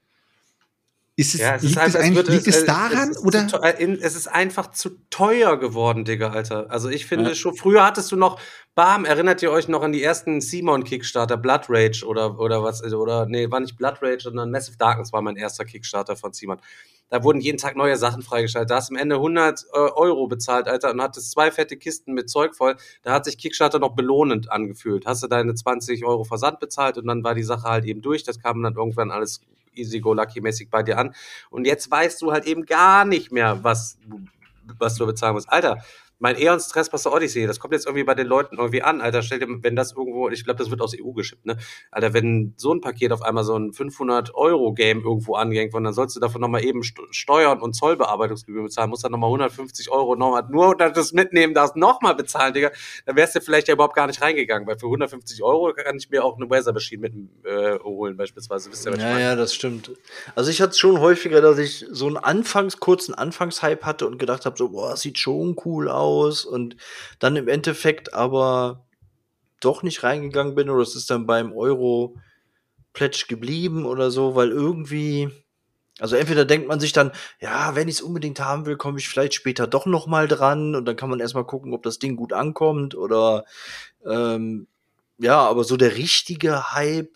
Liegt es daran? Es ist einfach zu teuer geworden, Digga, Alter. Also ich finde schon, früher hattest du noch, erinnert ihr euch noch an die ersten Simon-Kickstarter, Blood Rage oder was, nee, war nicht Blood Rage, sondern Massive Darkness war mein erster Kickstarter von Simon. Da wurden jeden Tag neue Sachen freigeschaltet. Da hast du am Ende 100 Euro bezahlt, Alter, und hattest 2 fette Kisten mit Zeug voll. Da hat sich Kickstarter noch belohnend angefühlt. Hast du deine 20 Euro Versand bezahlt und dann war die Sache halt eben durch. Das kam dann irgendwann alles easy-go-lucky-mäßig bei dir an. Und jetzt weißt du halt eben gar nicht mehr, was du bezahlen musst. Alter, mein Aeons Trespasser Odyssey, das kommt jetzt irgendwie bei den Leuten irgendwie an, Alter, stell dir, wenn das irgendwo, ich glaube, das wird aus EU geschippt, ne? Alter, wenn so ein Paket auf einmal so ein 500-Euro-Game irgendwo angehängt wird, dann sollst du davon nochmal eben Steuern und Zollbearbeitungsgebühren bezahlen, musst dann nochmal 150 Euro nochmal, nur das mitnehmen, darfst nochmal bezahlen, Digga, dann wärst du vielleicht ja überhaupt gar nicht reingegangen, weil für 150 Euro kann ich mir auch eine Weather Machine mit holen, beispielsweise, wisst ihr, was ich meine? Ja, das stimmt. Also ich hatte es schon häufiger, dass ich so einen kurzen Anfangshype hatte und gedacht habe, so, boah, das sieht schon cool aus und dann im Endeffekt aber doch nicht reingegangen bin oder es ist dann beim Euro-Pledge geblieben oder so, weil irgendwie, also entweder denkt man sich dann, ja, wenn ich es unbedingt haben will, komme ich vielleicht später doch noch mal dran und dann kann man erstmal gucken, ob das Ding gut ankommt oder ja, aber so der richtige Hype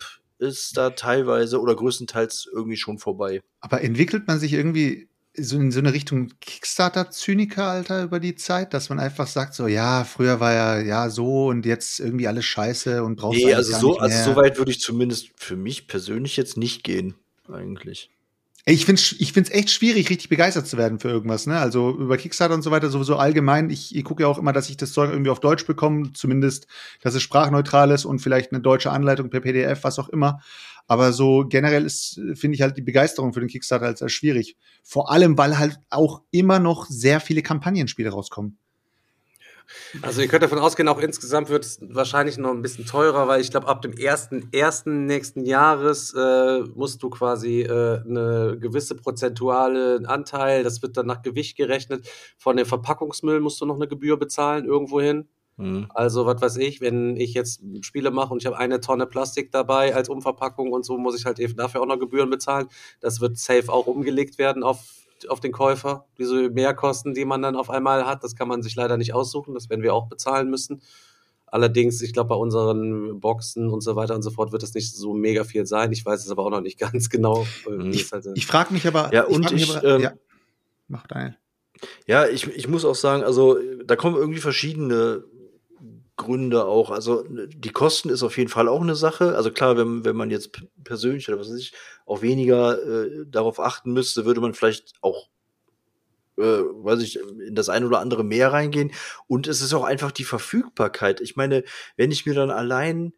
ist da teilweise oder größtenteils irgendwie schon vorbei. Aber entwickelt man sich irgendwie so in so eine Richtung Kickstarter-Zyniker, Alter, über die Zeit, dass man einfach sagt, so, ja, früher war ja so und jetzt irgendwie alles scheiße und brauchst Nee, eigentlich gar nicht mehr. so weit würde ich zumindest für mich persönlich jetzt nicht gehen, eigentlich. Ey, ich find's echt schwierig, richtig begeistert zu werden für irgendwas, ne? Also über Kickstarter und so weiter sowieso allgemein. Ich gucke ja auch immer, dass ich das Zeug irgendwie auf Deutsch bekomme, zumindest, dass es sprachneutral ist und vielleicht eine deutsche Anleitung per PDF, was auch immer. Aber so generell finde ich halt die Begeisterung für den Kickstarter als sehr schwierig. Vor allem, weil halt auch immer noch sehr viele Kampagnenspiele rauskommen. Also ihr könnt davon ausgehen, auch insgesamt wird es wahrscheinlich noch ein bisschen teurer, weil ich glaube, ab dem 1.1. nächsten Jahres musst du quasi eine gewisse prozentuale Anteil, das wird dann nach Gewicht gerechnet, von dem Verpackungsmüll musst du noch eine Gebühr bezahlen irgendwohin. Also, was weiß ich, wenn ich jetzt Spiele mache und ich habe 1 Tonne Plastik dabei als Umverpackung und so, muss ich halt eben dafür auch noch Gebühren bezahlen. Das wird safe auch umgelegt werden auf den Käufer. Diese Mehrkosten, die man dann auf einmal hat, das kann man sich leider nicht aussuchen. Das werden wir auch bezahlen müssen. Allerdings, ich glaube, bei unseren Boxen und so weiter und so fort wird das nicht so mega viel sein. Ich weiß es aber auch noch nicht ganz genau. Ich frage mich aber... Ja, mach Daniel. Ja, ich muss auch sagen, also da kommen irgendwie verschiedene Gründe auch. Also die Kosten ist auf jeden Fall auch eine Sache. Also klar, wenn man jetzt persönlich oder was weiß ich auch weniger darauf achten müsste, würde man vielleicht auch weiß ich, in das eine oder andere mehr reingehen. Und es ist auch einfach die Verfügbarkeit. Ich meine, wenn ich mir dann allein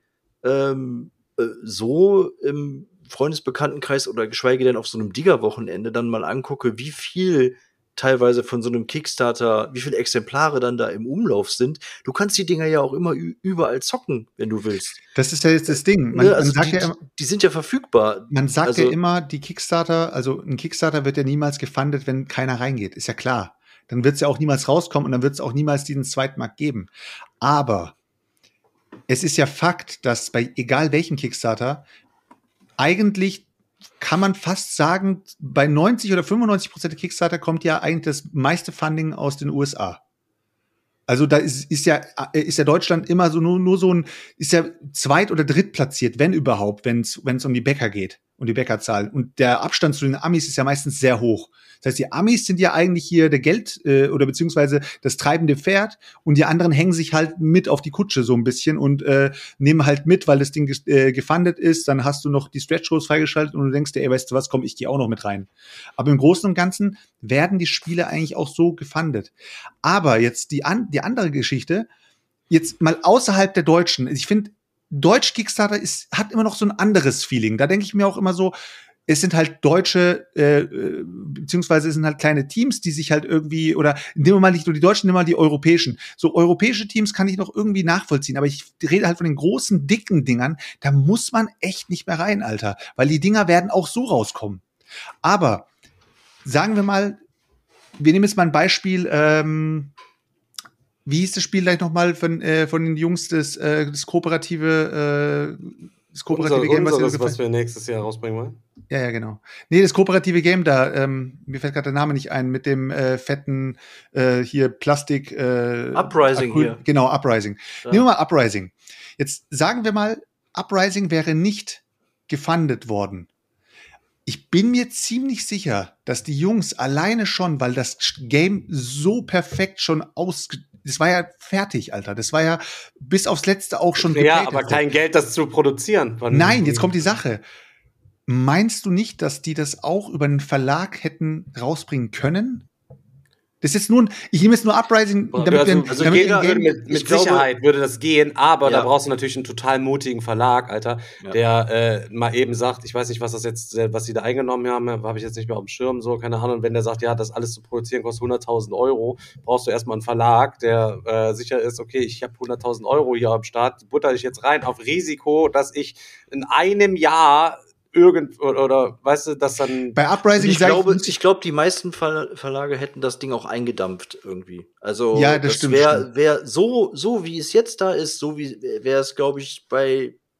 so im Freundesbekanntenkreis oder geschweige denn auf so einem Digger-Wochenende dann mal angucke, wie viel teilweise von so einem Kickstarter, wie viele Exemplare dann da im Umlauf sind. Du kannst die Dinger ja auch immer überall zocken, wenn du willst. Das ist ja jetzt das Ding. Man sagt die sind ja verfügbar. Man sagt ja immer, die Kickstarter, also ein Kickstarter wird ja niemals gefundet, wenn keiner reingeht. Ist ja klar. Dann wird es ja auch niemals rauskommen und dann wird es auch niemals diesen Zweitmarkt geben. Aber es ist ja Fakt, dass bei egal welchem Kickstarter eigentlich kann man fast sagen, bei 90 oder 95% der Kickstarter kommt ja eigentlich das meiste Funding aus den USA. Also da ist ja Deutschland immer so nur so ein, ist ja zweit- oder drittplatziert, wenn überhaupt, wenn es um die Bäcker geht und die Bäckerzahl. Und der Abstand zu den Amis ist ja meistens sehr hoch. Das heißt, die Amis sind ja eigentlich hier der Geld oder beziehungsweise das treibende Pferd und die anderen hängen sich halt mit auf die Kutsche so ein bisschen und nehmen halt mit, weil das Ding gefundet ist. Dann hast du noch die Stretch-Goals freigeschaltet und du denkst dir, ey, weißt du was, komm, ich gehe auch noch mit rein. Aber im Großen und Ganzen werden die Spiele eigentlich auch so gefundet. Aber jetzt die andere Geschichte, jetzt mal außerhalb der Deutschen. Ich finde, Deutsch Kickstarter hat immer noch so ein anderes Feeling. Da denke ich mir auch immer so, es sind halt deutsche, beziehungsweise es sind halt kleine Teams, die sich halt irgendwie, oder nehmen wir mal nicht nur die Deutschen, nehmen wir mal die europäischen. So europäische Teams kann ich noch irgendwie nachvollziehen, aber ich rede halt von den großen, dicken Dingern, da muss man echt nicht mehr rein, Alter. Weil die Dinger werden auch so rauskommen. Aber sagen wir mal, wir nehmen jetzt mal ein Beispiel, wie hieß das Spiel gleich nochmal von den Jungs, das kooperative Game, was wir nächstes Jahr rausbringen wollen? Ja, genau. Nee, das kooperative Game da, mir fällt gerade der Name nicht ein, mit dem fetten hier Plastik Uprising hier. Genau, Uprising. Ja. Nehmen wir mal Uprising. Jetzt sagen wir mal, Uprising wäre nicht gefundet worden. Ich bin mir ziemlich sicher, dass die Jungs alleine schon, weil das Game so perfekt schon das war ja fertig, Alter. Das war ja bis aufs Letzte auch schon geprägt. Ja, aber kein Geld, das zu produzieren. Nein, jetzt kommt die Sache. Meinst du nicht, dass die das auch über einen Verlag hätten rausbringen können? Das ist jetzt nur ich nehme jetzt nur Uprising. Mit Sicherheit würde das gehen, aber da brauchst du natürlich einen total mutigen Verlag, Alter, der mal eben sagt, ich weiß nicht, was sie da eingenommen haben, habe ich jetzt nicht mehr auf dem Schirm, so, keine Ahnung, wenn der sagt, ja, das alles zu produzieren kostet 100.000 €, brauchst du erstmal einen Verlag, der sicher ist, okay, ich habe 100.000 € hier am Start, butter ich jetzt rein auf Risiko, dass ich in einem Jahr oder weißt du, dass dann bei Uprising ich glaube, die meisten Verlage hätten das Ding auch eingedampft irgendwie. Also ja, das stimmt. Wäre so wie es jetzt da ist, so wie wäre es, glaube ich, bei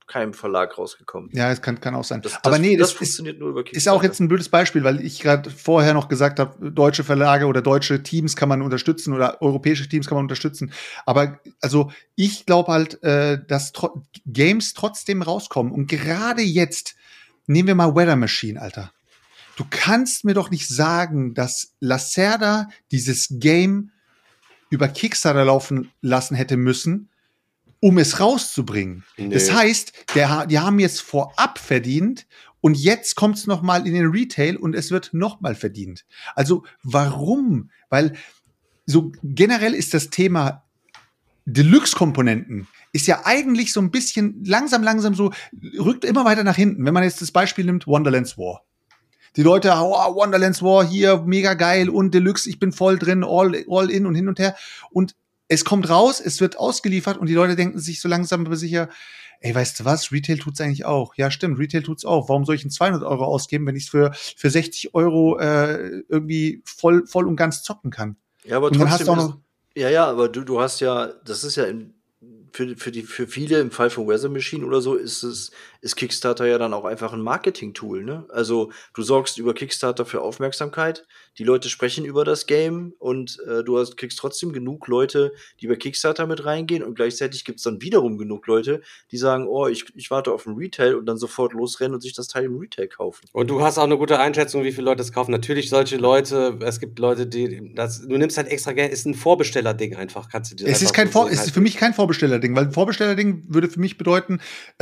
keinem Verlag rausgekommen. Ja, es kann auch sein. Aber nee, das funktioniert nur über Kickstarter. Ist auch jetzt ein blödes Beispiel, weil ich gerade vorher noch gesagt habe, deutsche Verlage oder deutsche Teams kann man unterstützen oder europäische Teams kann man unterstützen. Aber also ich glaube halt, dass Games trotzdem rauskommen. Und gerade jetzt, nehmen wir mal Weather Machine, Alter. Du kannst mir doch nicht sagen, dass Lacerda dieses Game über Kickstarter laufen lassen hätte müssen, um es rauszubringen. Nee. Das heißt, die haben jetzt vorab verdient und jetzt kommt es noch mal in den Retail und es wird noch mal verdient. Also warum? Weil so generell ist das Thema Deluxe-Komponenten ist ja eigentlich so ein bisschen langsam so, rückt immer weiter nach hinten. Wenn man jetzt das Beispiel nimmt, Wonderlands War. Die Leute, oh, Wonderlands War hier, mega geil und Deluxe, ich bin voll drin, all in und hin und her. Und es kommt raus, es wird ausgeliefert und die Leute denken sich so langsam aber sicher, ey, weißt du was, Retail tut's eigentlich auch. Ja, stimmt, Retail tut's auch. Warum soll ich 200 € ausgeben, wenn ich es für 60 € irgendwie voll und ganz zocken kann? Ja, aber und dann hast du auch noch aber du hast ja, das ist ja für viele im Fall von Weather Machine oder so ist Kickstarter ja dann auch einfach ein Marketing-Tool, ne? Also du sorgst über Kickstarter für Aufmerksamkeit, die Leute sprechen über das Game und kriegst trotzdem genug Leute, die bei Kickstarter mit reingehen und gleichzeitig gibt's dann wiederum genug Leute, die sagen, oh, ich warte auf ein Retail und dann sofort losrennen und sich das Teil im Retail kaufen. Und du hast auch eine gute Einschätzung, wie viele Leute es kaufen. Natürlich solche Leute, es gibt Leute, du nimmst halt extra Geld, ist ein Vorbesteller-Ding einfach, kannst du dir es ist für mich kein Vorbestellerding, weil ein Vorbestellerding würde für mich bedeuten,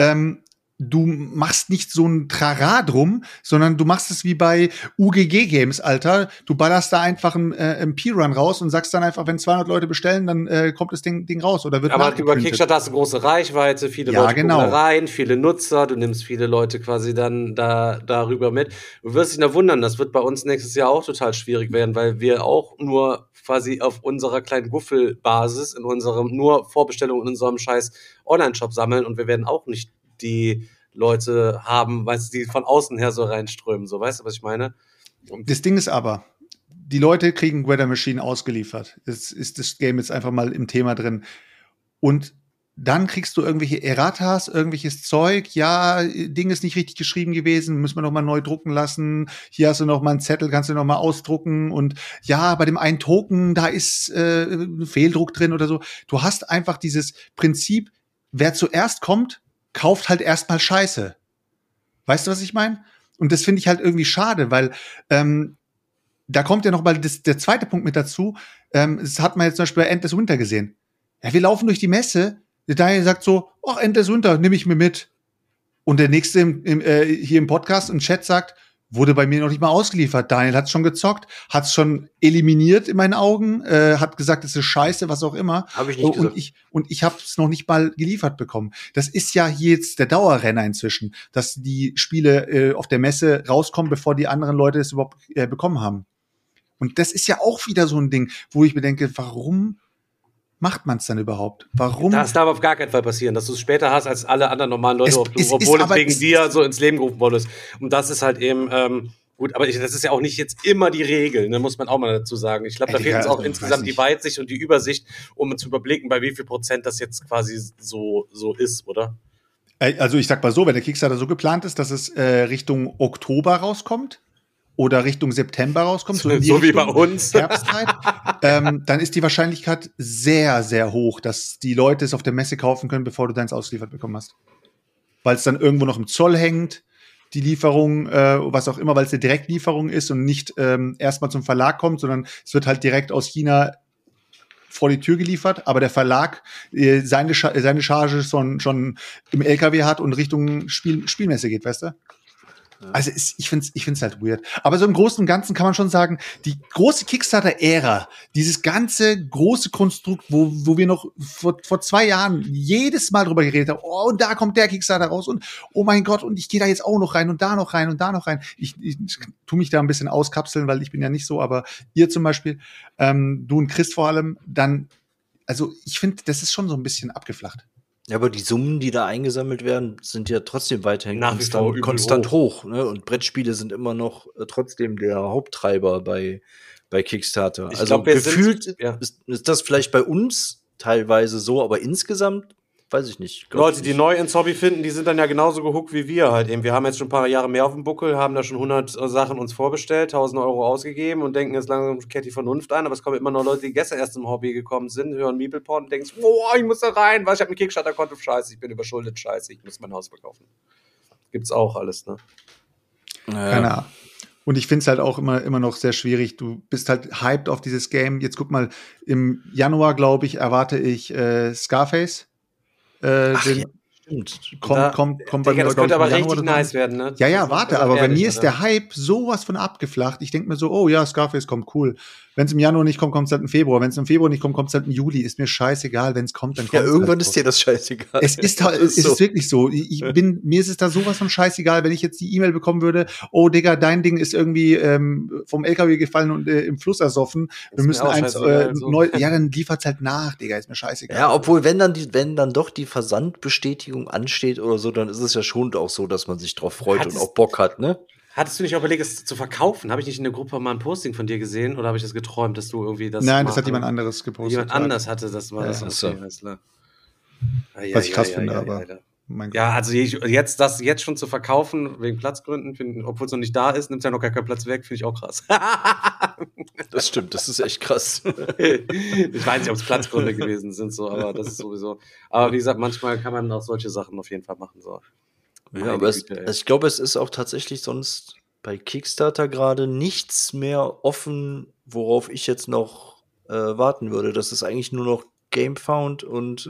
du machst nicht so ein Trara drum, sondern du machst es wie bei UGG-Games, Alter. Du ballerst da einfach einen MP-Run raus und sagst dann einfach, wenn 200 Leute bestellen, dann kommt das Ding raus oder wird aber über Kickstarter hast du große Reichweite, viele Leute gucken da rein, viele Nutzer, du nimmst viele Leute quasi dann darüber mit. Du wirst dich da wundern, das wird bei uns nächstes Jahr auch total schwierig werden, weil wir auch nur quasi auf unserer kleinen Guffelbasis in unserem nur Vorbestellung in unserem scheiß Online-Shop sammeln und wir werden auch nicht die Leute haben, weißt du, die von außen her so reinströmen, so, weißt du, was ich meine? Das Ding ist aber, die Leute kriegen Weather Machine ausgeliefert. Jetzt ist das Game jetzt einfach mal im Thema drin. Und dann kriegst du irgendwelche Erratas, irgendwelches Zeug, ja, Ding ist nicht richtig geschrieben gewesen, müssen wir noch mal neu drucken lassen, hier hast du noch mal einen Zettel, kannst du noch mal ausdrucken und ja, bei dem einen Token, da ist ein Fehldruck drin oder so. Du hast einfach dieses Prinzip, wer zuerst kommt, kauft halt erstmal Scheiße. Weißt du, was ich meine? Und das finde ich halt irgendwie schade, weil da kommt ja noch mal der zweite Punkt mit dazu. Das hat man jetzt zum Beispiel bei Endless Winter gesehen. Ja, wir laufen durch die Messe, der Daniel sagt so, ach, Endless Winter, nehme ich mir mit. Und der Nächste hier im Podcast im Chat sagt, wurde bei mir noch nicht mal ausgeliefert. Daniel hat's schon gezockt, hat's schon eliminiert in meinen Augen, hat gesagt, es ist scheiße, was auch immer. Habe ich nicht gesagt. Und ich habe es noch nicht mal geliefert bekommen. Das ist ja hier jetzt der Dauerrenner inzwischen, dass die Spiele auf der Messe rauskommen, bevor die anderen Leute es überhaupt bekommen haben. Und das ist ja auch wieder so ein Ding, wo ich mir denke, warum macht man es dann überhaupt? Warum? Das darf auf gar keinen Fall passieren, dass du es später hast als alle anderen normalen Leute, obwohl es wegen dir so ins Leben gerufen worden ist. Und das ist halt eben, gut, aber das ist ja auch nicht jetzt immer die Regel, ne, muss man auch mal dazu sagen. Ich glaube, da fehlt uns auch insgesamt die Weitsicht und die Übersicht, um zu überblicken, bei wie viel Prozent das jetzt quasi so ist, oder? Also ich sag mal so, wenn der Kickstarter so geplant ist, dass es Richtung Oktober rauskommt, oder Richtung September rauskommt, so wie bei uns, Herbstzeit, dann ist die Wahrscheinlichkeit sehr, sehr hoch, dass die Leute es auf der Messe kaufen können, bevor du deins ausgeliefert bekommen hast. Weil es dann irgendwo noch im Zoll hängt, die Lieferung, was auch immer, weil es eine Direktlieferung ist und nicht erstmal zum Verlag kommt, sondern es wird halt direkt aus China vor die Tür geliefert, aber der Verlag seine Charge schon im LKW hat und Richtung Spielmesse geht, weißt du? Also ich find's halt weird. Aber so im Großen und Ganzen kann man schon sagen, die große Kickstarter-Ära, dieses ganze große Konstrukt, wo wir noch vor 2 Jahren jedes Mal drüber geredet haben, oh, und da kommt der Kickstarter raus und oh mein Gott, und ich gehe da jetzt auch noch rein und da noch rein und da noch rein. Ich tu mich da ein bisschen auskapseln, weil ich bin ja nicht so, aber ihr zum Beispiel, du und Chris vor allem, dann, also ich finde, das ist schon so ein bisschen abgeflacht. Ja, aber die Summen, die da eingesammelt werden, sind ja trotzdem weiterhin konstant hoch. Ne? Und Brettspiele sind immer noch trotzdem der Haupttreiber bei Kickstarter. Ich also glaub, gefühlt ist das vielleicht bei uns teilweise so, aber insgesamt weiß ich nicht. Leute, die neu ins Hobby finden, die sind dann ja genauso gehuckt wie wir halt eben. Wir haben jetzt schon ein paar Jahre mehr auf dem Buckel, haben da schon 100 Sachen uns vorbestellt, 1.000 Euro ausgegeben und denken jetzt langsam, kehrt die Vernunft ein. Aber es kommen immer noch Leute, die gestern erst im Hobby gekommen sind, hören Meeple-Porn und denken, boah, ich muss da rein, weil ich habe ein Kickstarter-Konto, scheiße, ich bin überschuldet, scheiße, ich muss mein Haus verkaufen. Gibt's auch alles, ne? Keine Ahnung. Und ich finde es halt auch immer noch sehr schwierig. Du bist halt hyped auf dieses Game. Jetzt guck mal, im Januar, glaube ich, erwarte ich Scarface. Stimmt. Kommt bei mir, das könnte aber richtig nice werden, ne? Ja, warte, aber bei mir ist der Hype sowas von abgeflacht. Ich denke mir so, oh ja, Scarface kommt, cool. Wenn es im Januar nicht kommt, kommt es halt im Februar. Wenn es im Februar nicht kommt, kommt es halt im Juli. Ist mir scheißegal, wenn es kommt, dann kommt es. Ja, irgendwann halt ist dir das scheißegal. Es ist wirklich so. Mir ist es da sowas von scheißegal, wenn ich jetzt die E-Mail bekommen würde, oh Digga, dein Ding ist irgendwie vom LKW gefallen und im Fluss ersoffen. Wir müssen eins neu. Ja, dann liefert's halt nach, Digga, ist mir scheißegal. Ja, obwohl, wenn dann doch die Versandbestätigung ansteht oder so, dann ist es ja schon auch so, dass man sich drauf freut und auch Bock hat, ne? Hattest du nicht auch überlegt, es zu verkaufen? Habe ich nicht in der Gruppe mal ein Posting von dir gesehen oder habe ich das geträumt, dass du irgendwie das. Nein, das hat jemand anderes gepostet. Jemand anders hatte das mal. Ja, das okay, alles klar. Was ich krass finde, aber. Mein Gott. Ja, also jetzt schon zu verkaufen, wegen Platzgründen, obwohl es noch nicht da ist, nimmt ja noch gar keinen Platz weg, finde ich auch krass. Das stimmt, das ist echt krass. Ich weiß nicht, ob es Platzgründe gewesen sind, so, aber das ist sowieso. Aber wie gesagt, manchmal kann man auch solche Sachen auf jeden Fall machen. So. Ja, aber ich glaube, es ist auch tatsächlich sonst bei Kickstarter gerade nichts mehr offen, worauf ich jetzt noch warten würde. Das ist eigentlich nur noch Gamefound und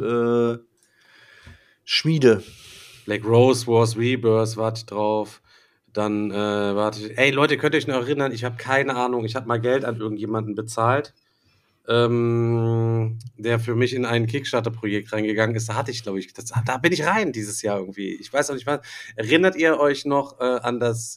Schmiede. Black Rose Wars Rebirth, warte ich drauf. Dann warte ich. Ey, Leute, könnt ihr euch noch erinnern? Ich habe keine Ahnung. Ich habe mal Geld an irgendjemanden bezahlt, der für mich in ein Kickstarter-Projekt reingegangen ist. Da hatte ich, glaube ich, da bin ich rein dieses Jahr irgendwie. Ich weiß auch nicht was. Erinnert ihr euch noch an das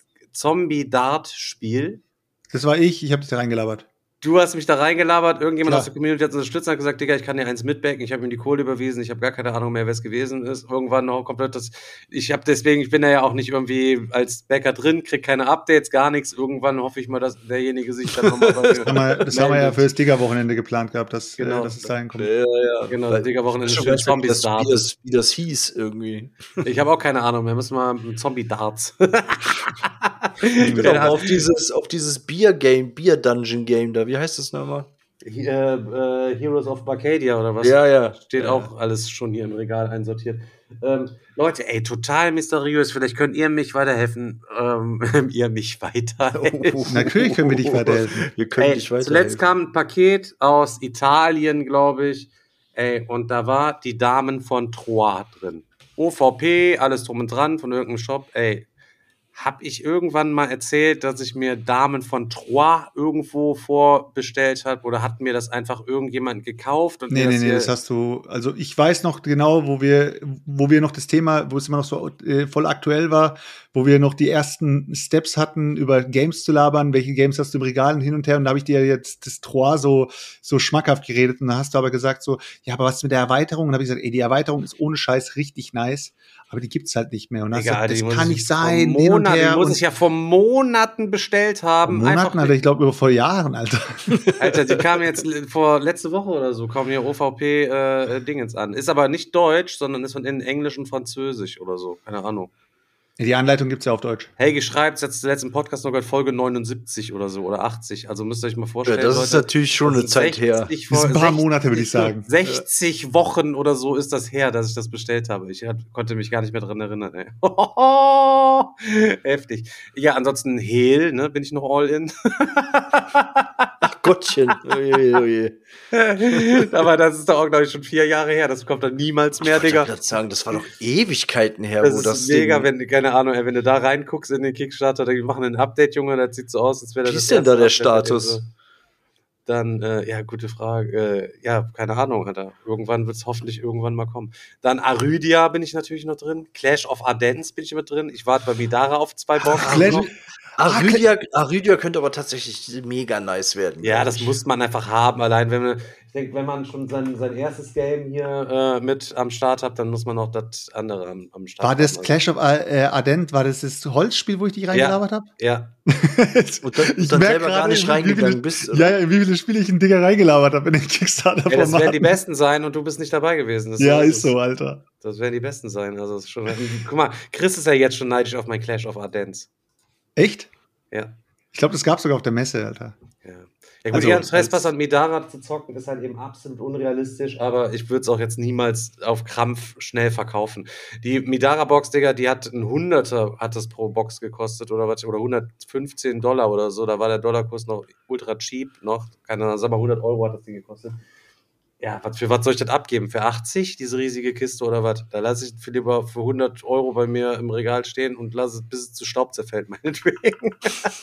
Zombie-Dart-Spiel? Das war ich habe dich da reingelabert. Du hast mich da reingelabert, irgendjemand aus der Community hat unterstützt und hat gesagt, Digga, ich kann dir eins mitbacken, ich habe ihm die Kohle überwiesen, ich habe gar keine Ahnung mehr, wer es gewesen ist. Irgendwann noch komplett ich bin da ja auch nicht irgendwie als Bäcker drin, krieg keine Updates, gar nichts. Irgendwann hoffe ich mal, dass derjenige sich dann nochmal Das haben wir ja für das Digger-Wochenende geplant gehabt, dass es da hinkommt. Ja. Genau, das Digger-Wochenende ist für Zombies Darts. Wie das hieß irgendwie. Ich habe auch keine Ahnung mehr, müssen wir Zombie-Darts. Auf dieses Bier-Dungeon-Game da, wie heißt das nochmal? Heroes of Barcadia oder was? Ja. Steht auch alles schon hier im Regal einsortiert. Leute, ey, total mysteriös. Vielleicht könnt ihr mich weiterhelfen. Natürlich können wir dich weiterhelfen. Wir können dich weiterhelfen. Zuletzt kam ein Paket aus Italien, glaube ich. Ey, und da war die Damen von Troyes drin. OVP, alles drum und dran von irgendeinem Shop. Ey, hab ich irgendwann mal erzählt, dass ich mir Damen von Troyes irgendwo vorbestellt habe oder hat mir das einfach irgendjemand gekauft? Und Nee, das hast du, also ich weiß noch genau, wo wir noch das Thema, wo es immer noch so voll aktuell war, wo wir noch die ersten Steps hatten, über Games zu labern, welche Games hast du im Regal und hin und her, und da habe ich dir jetzt das Troyes so schmackhaft geredet und da hast du aber gesagt so, ja, aber was mit der Erweiterung? Und da habe ich gesagt, ey, die Erweiterung ist ohne Scheiß richtig nice, aber die gibt's halt nicht mehr. Und das kann nicht sein. Die muss ich ja vor Monaten bestellt haben. Alter, ich glaube vor Jahren, Alter. Alter, die kam jetzt letzte Woche oder so, kam hier OVP-Dingens an. Ist aber nicht deutsch, sondern ist von in Englisch und Französisch oder so. Keine Ahnung. Die Anleitung gibt's ja auf Deutsch. Helge schreibt jetzt letzten Podcast noch Folge 79 oder so oder 80. Also müsst ihr euch mal vorstellen. Ja, das ist Leute, natürlich schon eine Zeit her. Das ist ein paar Monate, würde ich sagen. 60 Wochen oder so ist das her, dass ich das bestellt habe. Ich konnte mich gar nicht mehr dran erinnern. Ey. Heftig. Ja, ansonsten Hehl, ne, bin ich noch all in. Ach Gottchen. Oje. Aber das ist doch auch, glaube ich, schon 4 Jahre her. Das kommt dann niemals mehr, Digga. Ich wollte sagen, das war doch Ewigkeiten her, das wo das ist mega, keine Ahnung, wenn du da reinguckst in den Kickstarter, die machen ein Update, Junge, das sieht so aus, als wäre das. Wie ist denn da der Status? Dann, ja, gute Frage. Ja, keine Ahnung, Alter. Irgendwann wird es hoffentlich irgendwann mal kommen. Dann Arydia bin ich natürlich noch drin. Clash of Ardennes bin ich immer drin. Ich warte bei Midara auf 2 Boxen. Arydia könnte aber tatsächlich mega nice werden. Ja, das muss man einfach haben. Allein, ich denke, wenn man schon sein erstes Game hier mit am Start hat, dann muss man auch das andere am Start War das haben. Clash of Ardent, war das Holzspiel, wo ich dich reingelabert habe? Ja. Und dann selber gar nicht reingegangen bist. Ja, in wie viele Spiele ich in Dinger reingelabert habe in den Kickstarter-Formaten. Ja, das werden die besten sein und du bist nicht dabei gewesen. Ist so, Alter. Das werden die besten sein. Also, das ist schon, guck mal, Chris ist ja jetzt schon neidisch auf mein Clash of Ardent. Echt? Ja. Ich glaube, das gab es sogar auf der Messe, Alter. Ja. Ja gut, Ehren Trespass und Midara zu zocken ist halt eben absolut unrealistisch, aber ich würde es auch jetzt niemals auf Krampf schnell verkaufen. Die Midara-Box, Digga, die hat ein Hunderter hat das pro Box gekostet oder was, oder $115 oder so, da war der Dollarkurs noch ultra cheap noch, keine Ahnung, sag mal 100 € hat das Ding gekostet. Ja, für was soll ich das abgeben? Für 80, diese riesige Kiste oder was? Da lasse ich für lieber für 100 € bei mir im Regal stehen und lasse es, bis es zu Staub zerfällt, meinetwegen.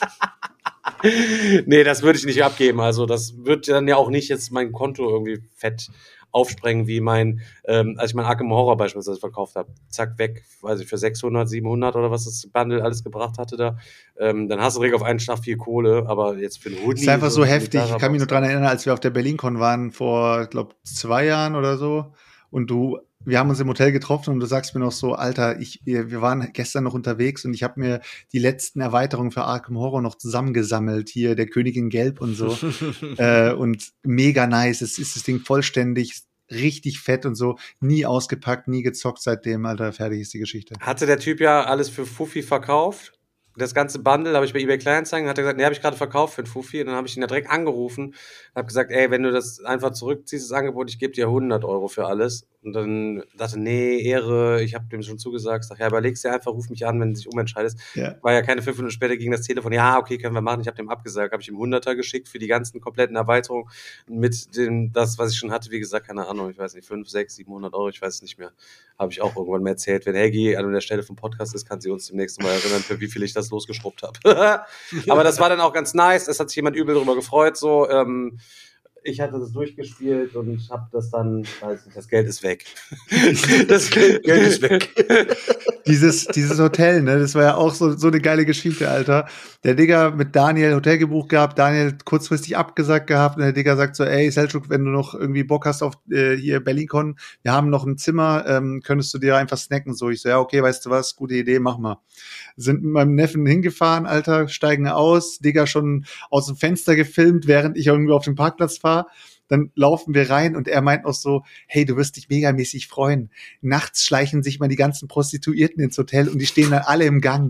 Nee, das würde ich nicht abgeben. Also das wird dann ja auch nicht jetzt mein Konto irgendwie fett aufsprengen, wie als ich mein Arkham Horror beispielsweise verkauft habe. Zack, weg, weiß ich, für 600, 700 oder was das Bundle alles gebracht hatte da. Dann hast du direkt auf einen Schlag viel Kohle, aber jetzt für einen Hoodie... Das ist einfach so heftig. Ich kann mich noch nur dran erinnern, als wir auf der BerlinCon waren, vor, ich glaube, 2 Jahren oder so. Und wir haben uns im Hotel getroffen und du sagst mir noch so, Alter, wir waren gestern noch unterwegs und ich habe mir die letzten Erweiterungen für Arkham Horror noch zusammengesammelt. Hier, der Königin Gelb und so. Und mega nice. Es ist das Ding vollständig, richtig fett und so. Nie ausgepackt, nie gezockt seitdem, Alter. Fertig ist die Geschichte. Hatte der Typ ja alles für Fuffi verkauft. Das ganze Bundle habe ich bei eBay Kleinanzeigen, hat er gesagt, nee, habe ich gerade verkauft für einen Fuffi. Und dann habe ich ihn ja direkt angerufen, habe gesagt, ey, wenn du das einfach zurückziehst, das Angebot, ich gebe dir 100 € für alles. Und dann dachte, nee, Ehre, ich habe dem schon zugesagt. Sag, ja, überleg's dir einfach, ruf mich an, wenn du dich umentscheidest. Ja. War ja keine 5 Minuten später ging das Telefon, ja, okay, können wir machen. Ich habe dem abgesagt, habe ich ihm 100er geschickt für die ganzen kompletten Erweiterungen mit das, was ich schon hatte. Wie gesagt, keine Ahnung, ich weiß nicht, 5, 6, 700 €, ich weiß es nicht mehr. Habe ich auch irgendwann mal erzählt. Wenn Helgi an der Stelle vom Podcast ist, kann sie uns demnächst mal erinnern, für wie viel ich das losgeschrubbt habe. Aber das war dann auch ganz nice. Es hat sich jemand übel drüber gefreut, so, ich hatte das durchgespielt und habe das dann, weiß nicht, das Geld ist weg. Das Geld ist weg. Dieses Hotel, ne, das war ja auch so eine geile Geschichte, Alter. Der Digger mit Daniel Hotel gebucht gehabt, Daniel kurzfristig abgesagt gehabt und der Digger sagt so, ey, Selçuk, wenn du noch irgendwie Bock hast auf hier BerlinCon, wir haben noch ein Zimmer, könntest du dir einfach snacken? So, ich so, ja, okay, weißt du was, gute Idee, mach mal. Sind mit meinem Neffen hingefahren, Alter, steigen aus, Digger schon aus dem Fenster gefilmt, während ich irgendwie auf dem Parkplatz fahre. Dann laufen wir rein und er meint auch so, hey, du wirst dich megamäßig freuen. Nachts schleichen sich mal die ganzen Prostituierten ins Hotel und die stehen dann alle im Gang.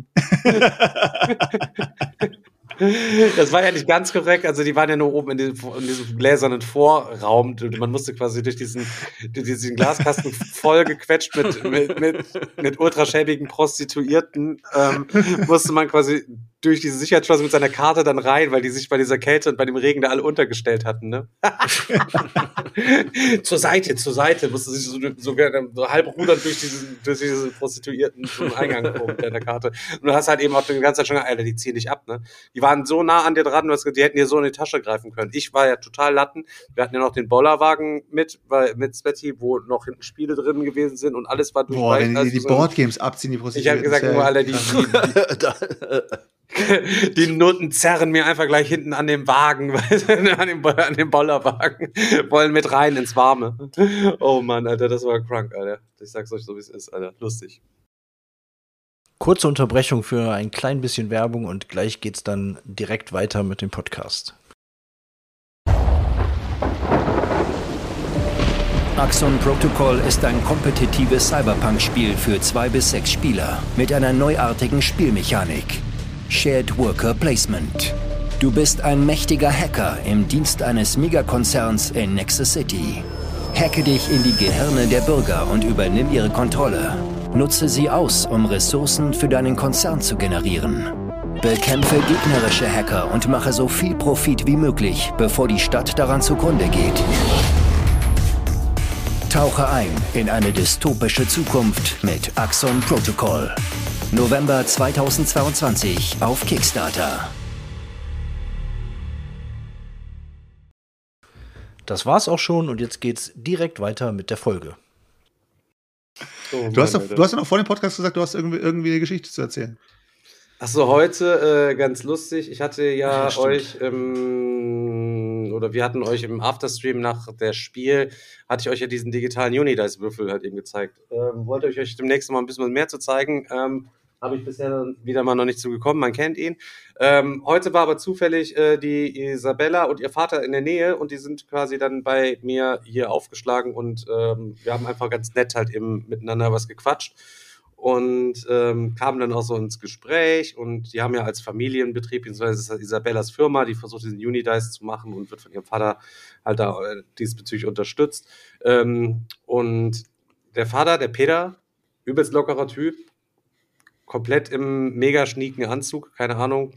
Das war ja nicht ganz korrekt, also die waren ja nur oben in diesem gläsernen Vorraum. Man musste quasi durch diesen Glaskasten voll gequetscht mit ultraschäbigen Prostituierten, musste man quasi durch diese Sicherheitsschloss mit seiner Karte dann rein, weil die sich bei dieser Kälte und bei dem Regen da alle untergestellt hatten, ne? zur Seite, musste sich so halb rudern durch diese Prostituierten zum Eingang kommen mit deiner Karte. Und du hast halt eben auch die ganze Zeit schon, Alter, die ziehen dich ab, ne? Die waren so nah an dir dran, die hätten dir so in die Tasche greifen können. Ich war ja total Latten. Wir hatten ja noch den Bollerwagen mit Svetty, wo noch hinten Spiele drin gewesen sind und alles war durch. Boah, wenn die Boardgames abziehen, die Prostituierten. Ich habe gesagt, nur Alter, die Nutten zerren mir einfach gleich hinten an dem Wagen, an dem Bollerwagen, wollen mit rein ins Warme. Oh Mann, Alter, das war krank, Alter. Ich sag's euch so, wie es ist, Alter. Lustig. Kurze Unterbrechung für ein klein bisschen Werbung und gleich geht's dann direkt weiter mit dem Podcast. Axon Protocol ist ein kompetitives Cyberpunk-Spiel für 2 bis 6 Spieler mit einer neuartigen Spielmechanik. Shared Worker Placement. Du bist ein mächtiger Hacker im Dienst eines Megakonzerns in Nexus City. Hacke dich in die Gehirne der Bürger und übernimm ihre Kontrolle. Nutze sie aus, um Ressourcen für deinen Konzern zu generieren. Bekämpfe gegnerische Hacker und mache so viel Profit wie möglich, bevor die Stadt daran zugrunde geht. Tauche ein in eine dystopische Zukunft mit Axon Protocol. November 2022 auf Kickstarter. Das war's auch schon und jetzt geht's direkt weiter mit der Folge. Du hast doch noch vor dem Podcast gesagt, du hast irgendwie eine Geschichte zu erzählen. Achso, heute ganz lustig. Ich hatte ja stimmt. euch oder wir hatten euch im Afterstream nach der Spiel, hatte ich euch ja diesen digitalen Unidice-Würfel halt eben gezeigt. Wollte ich euch demnächst mal ein bisschen mehr zu zeigen. Habe ich bisher wieder mal noch nicht zugekommen, man kennt ihn. Heute war aber zufällig die Isabella und ihr Vater in der Nähe und die sind quasi dann bei mir hier aufgeschlagen und wir haben einfach ganz nett halt eben miteinander was gequatscht. Und kamen dann auch so ins Gespräch und die haben ja als Familienbetrieb, beziehungsweise ist das Isabellas Firma, die versucht diesen Unidice zu machen und wird von ihrem Vater halt da diesbezüglich unterstützt. Und der Vater, der Peter, übelst lockerer Typ, komplett im mega schnieken Anzug, keine Ahnung,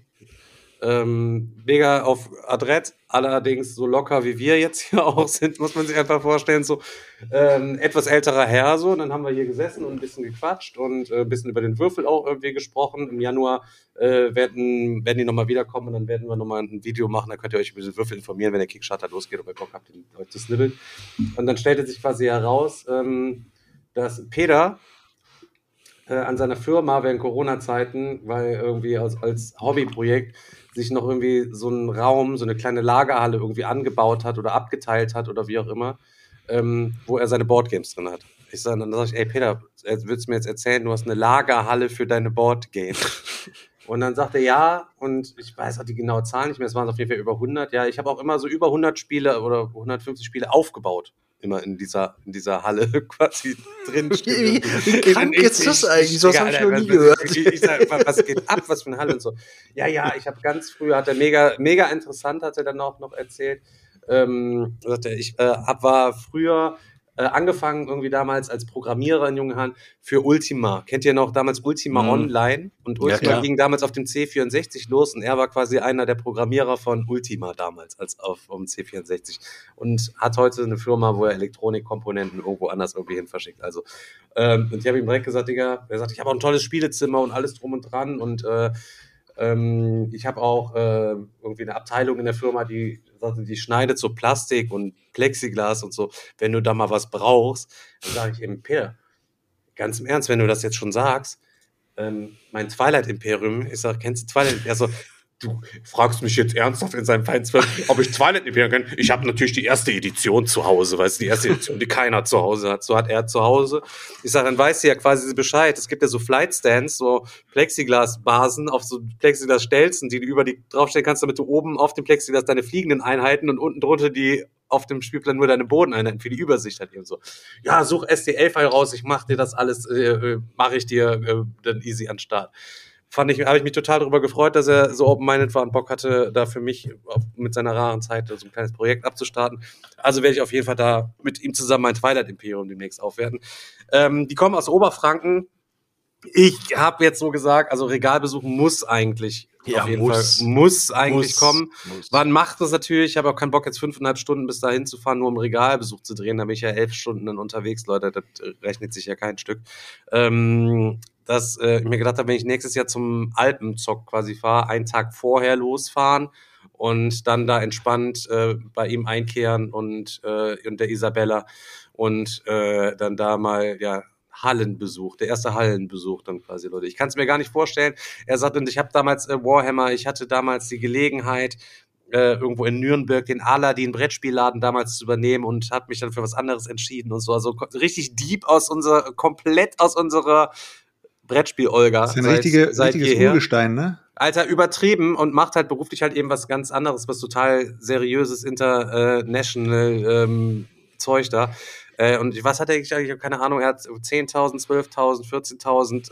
mega auf Adrett, allerdings so locker wie wir jetzt hier auch sind, muss man sich einfach vorstellen, so etwas älterer Herr so, und dann haben wir hier gesessen und ein bisschen gequatscht und ein bisschen über den Würfel auch irgendwie gesprochen. Im Januar werden die nochmal wiederkommen und dann werden wir nochmal ein Video machen, da könnt ihr euch über den Würfel informieren, wenn der Kickstarter losgeht und ihr Bock habt, den euch zu snibbeln. Und dann stellte sich quasi heraus, dass Peter an seiner Firma während Corona-Zeiten, weil irgendwie als Hobbyprojekt sich noch irgendwie so einen Raum, so eine kleine Lagerhalle irgendwie angebaut hat oder abgeteilt hat oder wie auch immer, wo er seine Boardgames drin hat. Dann sag ich, ey Peter, willst du mir jetzt erzählen, du hast eine Lagerhalle für deine Boardgames? Und dann sagt er, ja, und ich weiß auch die genaue Zahl nicht mehr, es waren auf jeden Fall über 100. Ja, ich habe auch immer so über 100 Spiele oder 150 Spiele aufgebaut. Immer in dieser Halle quasi drin. Wie krank ist das eigentlich? So habe ich noch nie gehört. Ich sag, was geht ab, was für eine Halle und so. Ja, ich habe ganz früher, hat er mega interessant, hat er dann auch noch erzählt. Sagt er, ich war früher angefangen irgendwie damals als Programmierer in jungen Jahren für Ultima. Kennt ihr noch damals Ultima Online? Und Ultima ging damals auf dem C64 los und er war quasi einer der Programmierer von Ultima damals um C64 und hat heute eine Firma, wo er Elektronikkomponenten irgendwo anders irgendwie hin verschickt. Also, und ich habe ihm direkt gesagt, Digga, er sagt, ich habe auch ein tolles Spielezimmer und alles drum und dran und ich habe auch irgendwie eine Abteilung in der Firma, die schneidet so Plastik und Plexiglas und so. Wenn du da mal was brauchst, dann sage ich eben, Peter, ganz im Ernst, wenn du das jetzt schon sagst, mein Twilight Imperium, ich sage, kennst du Twilight? Also, du fragst mich jetzt ernsthaft in seinem Feindsfeld, ob ich Twilight Imperium kenne. Ich habe natürlich die erste Edition zu Hause, weißt du, die erste Edition, die keiner zu Hause hat. So hat er zu Hause. Ich sage, dann weißt du ja quasi Bescheid. Es gibt ja so Flight Stands, so Plexiglas-Basen auf so Plexiglas-Stelzen, die du über die draufstellen kannst, damit du oben auf dem Plexiglas deine fliegenden Einheiten und unten drunter die auf dem Spielplan nur deine Bodeneinheiten für die Übersicht halt eben so. Ja, such STL-File raus, ich mach dir das alles, mache ich dir dann easy an den Start. Habe ich mich total darüber gefreut, dass er so open-minded war und Bock hatte, da für mich mit seiner raren Zeit so ein kleines Projekt abzustarten. Also werde ich auf jeden Fall da mit ihm zusammen mein Twilight Imperium demnächst aufwerten. Die kommen aus Oberfranken. Ich habe jetzt so gesagt, also Regalbesuch muss eigentlich auf jeden Fall kommen. Wann macht das natürlich? Ich habe auch keinen Bock, jetzt 5,5 Stunden bis dahin zu fahren, nur um Regalbesuch zu drehen. Da bin ich ja 11 Stunden dann unterwegs, Leute. Das rechnet sich ja kein Stück. Dass ich mir gedacht habe, wenn ich nächstes Jahr zum Alpenzock quasi fahre, einen Tag vorher losfahren und dann da entspannt bei ihm einkehren und der Isabella und dann da mal, ja, Hallenbesuch, der erste Hallenbesuch dann quasi, Leute. Ich kann es mir gar nicht vorstellen. Er sagt, und ich habe damals Warhammer, ich hatte damals die Gelegenheit, irgendwo in Nürnberg den Aladdin Brettspielladen damals zu übernehmen und hat mich dann für was anderes entschieden und so. Also richtig deep komplett aus unserer Brettspiel-Olga. Das ist ein richtiges Urgestein, ne? Alter, übertrieben und macht halt beruflich halt eben was ganz anderes, was total seriöses International Zeug da. Und was hat er eigentlich? Ich habe keine Ahnung. Er hat 10.000, 12.000,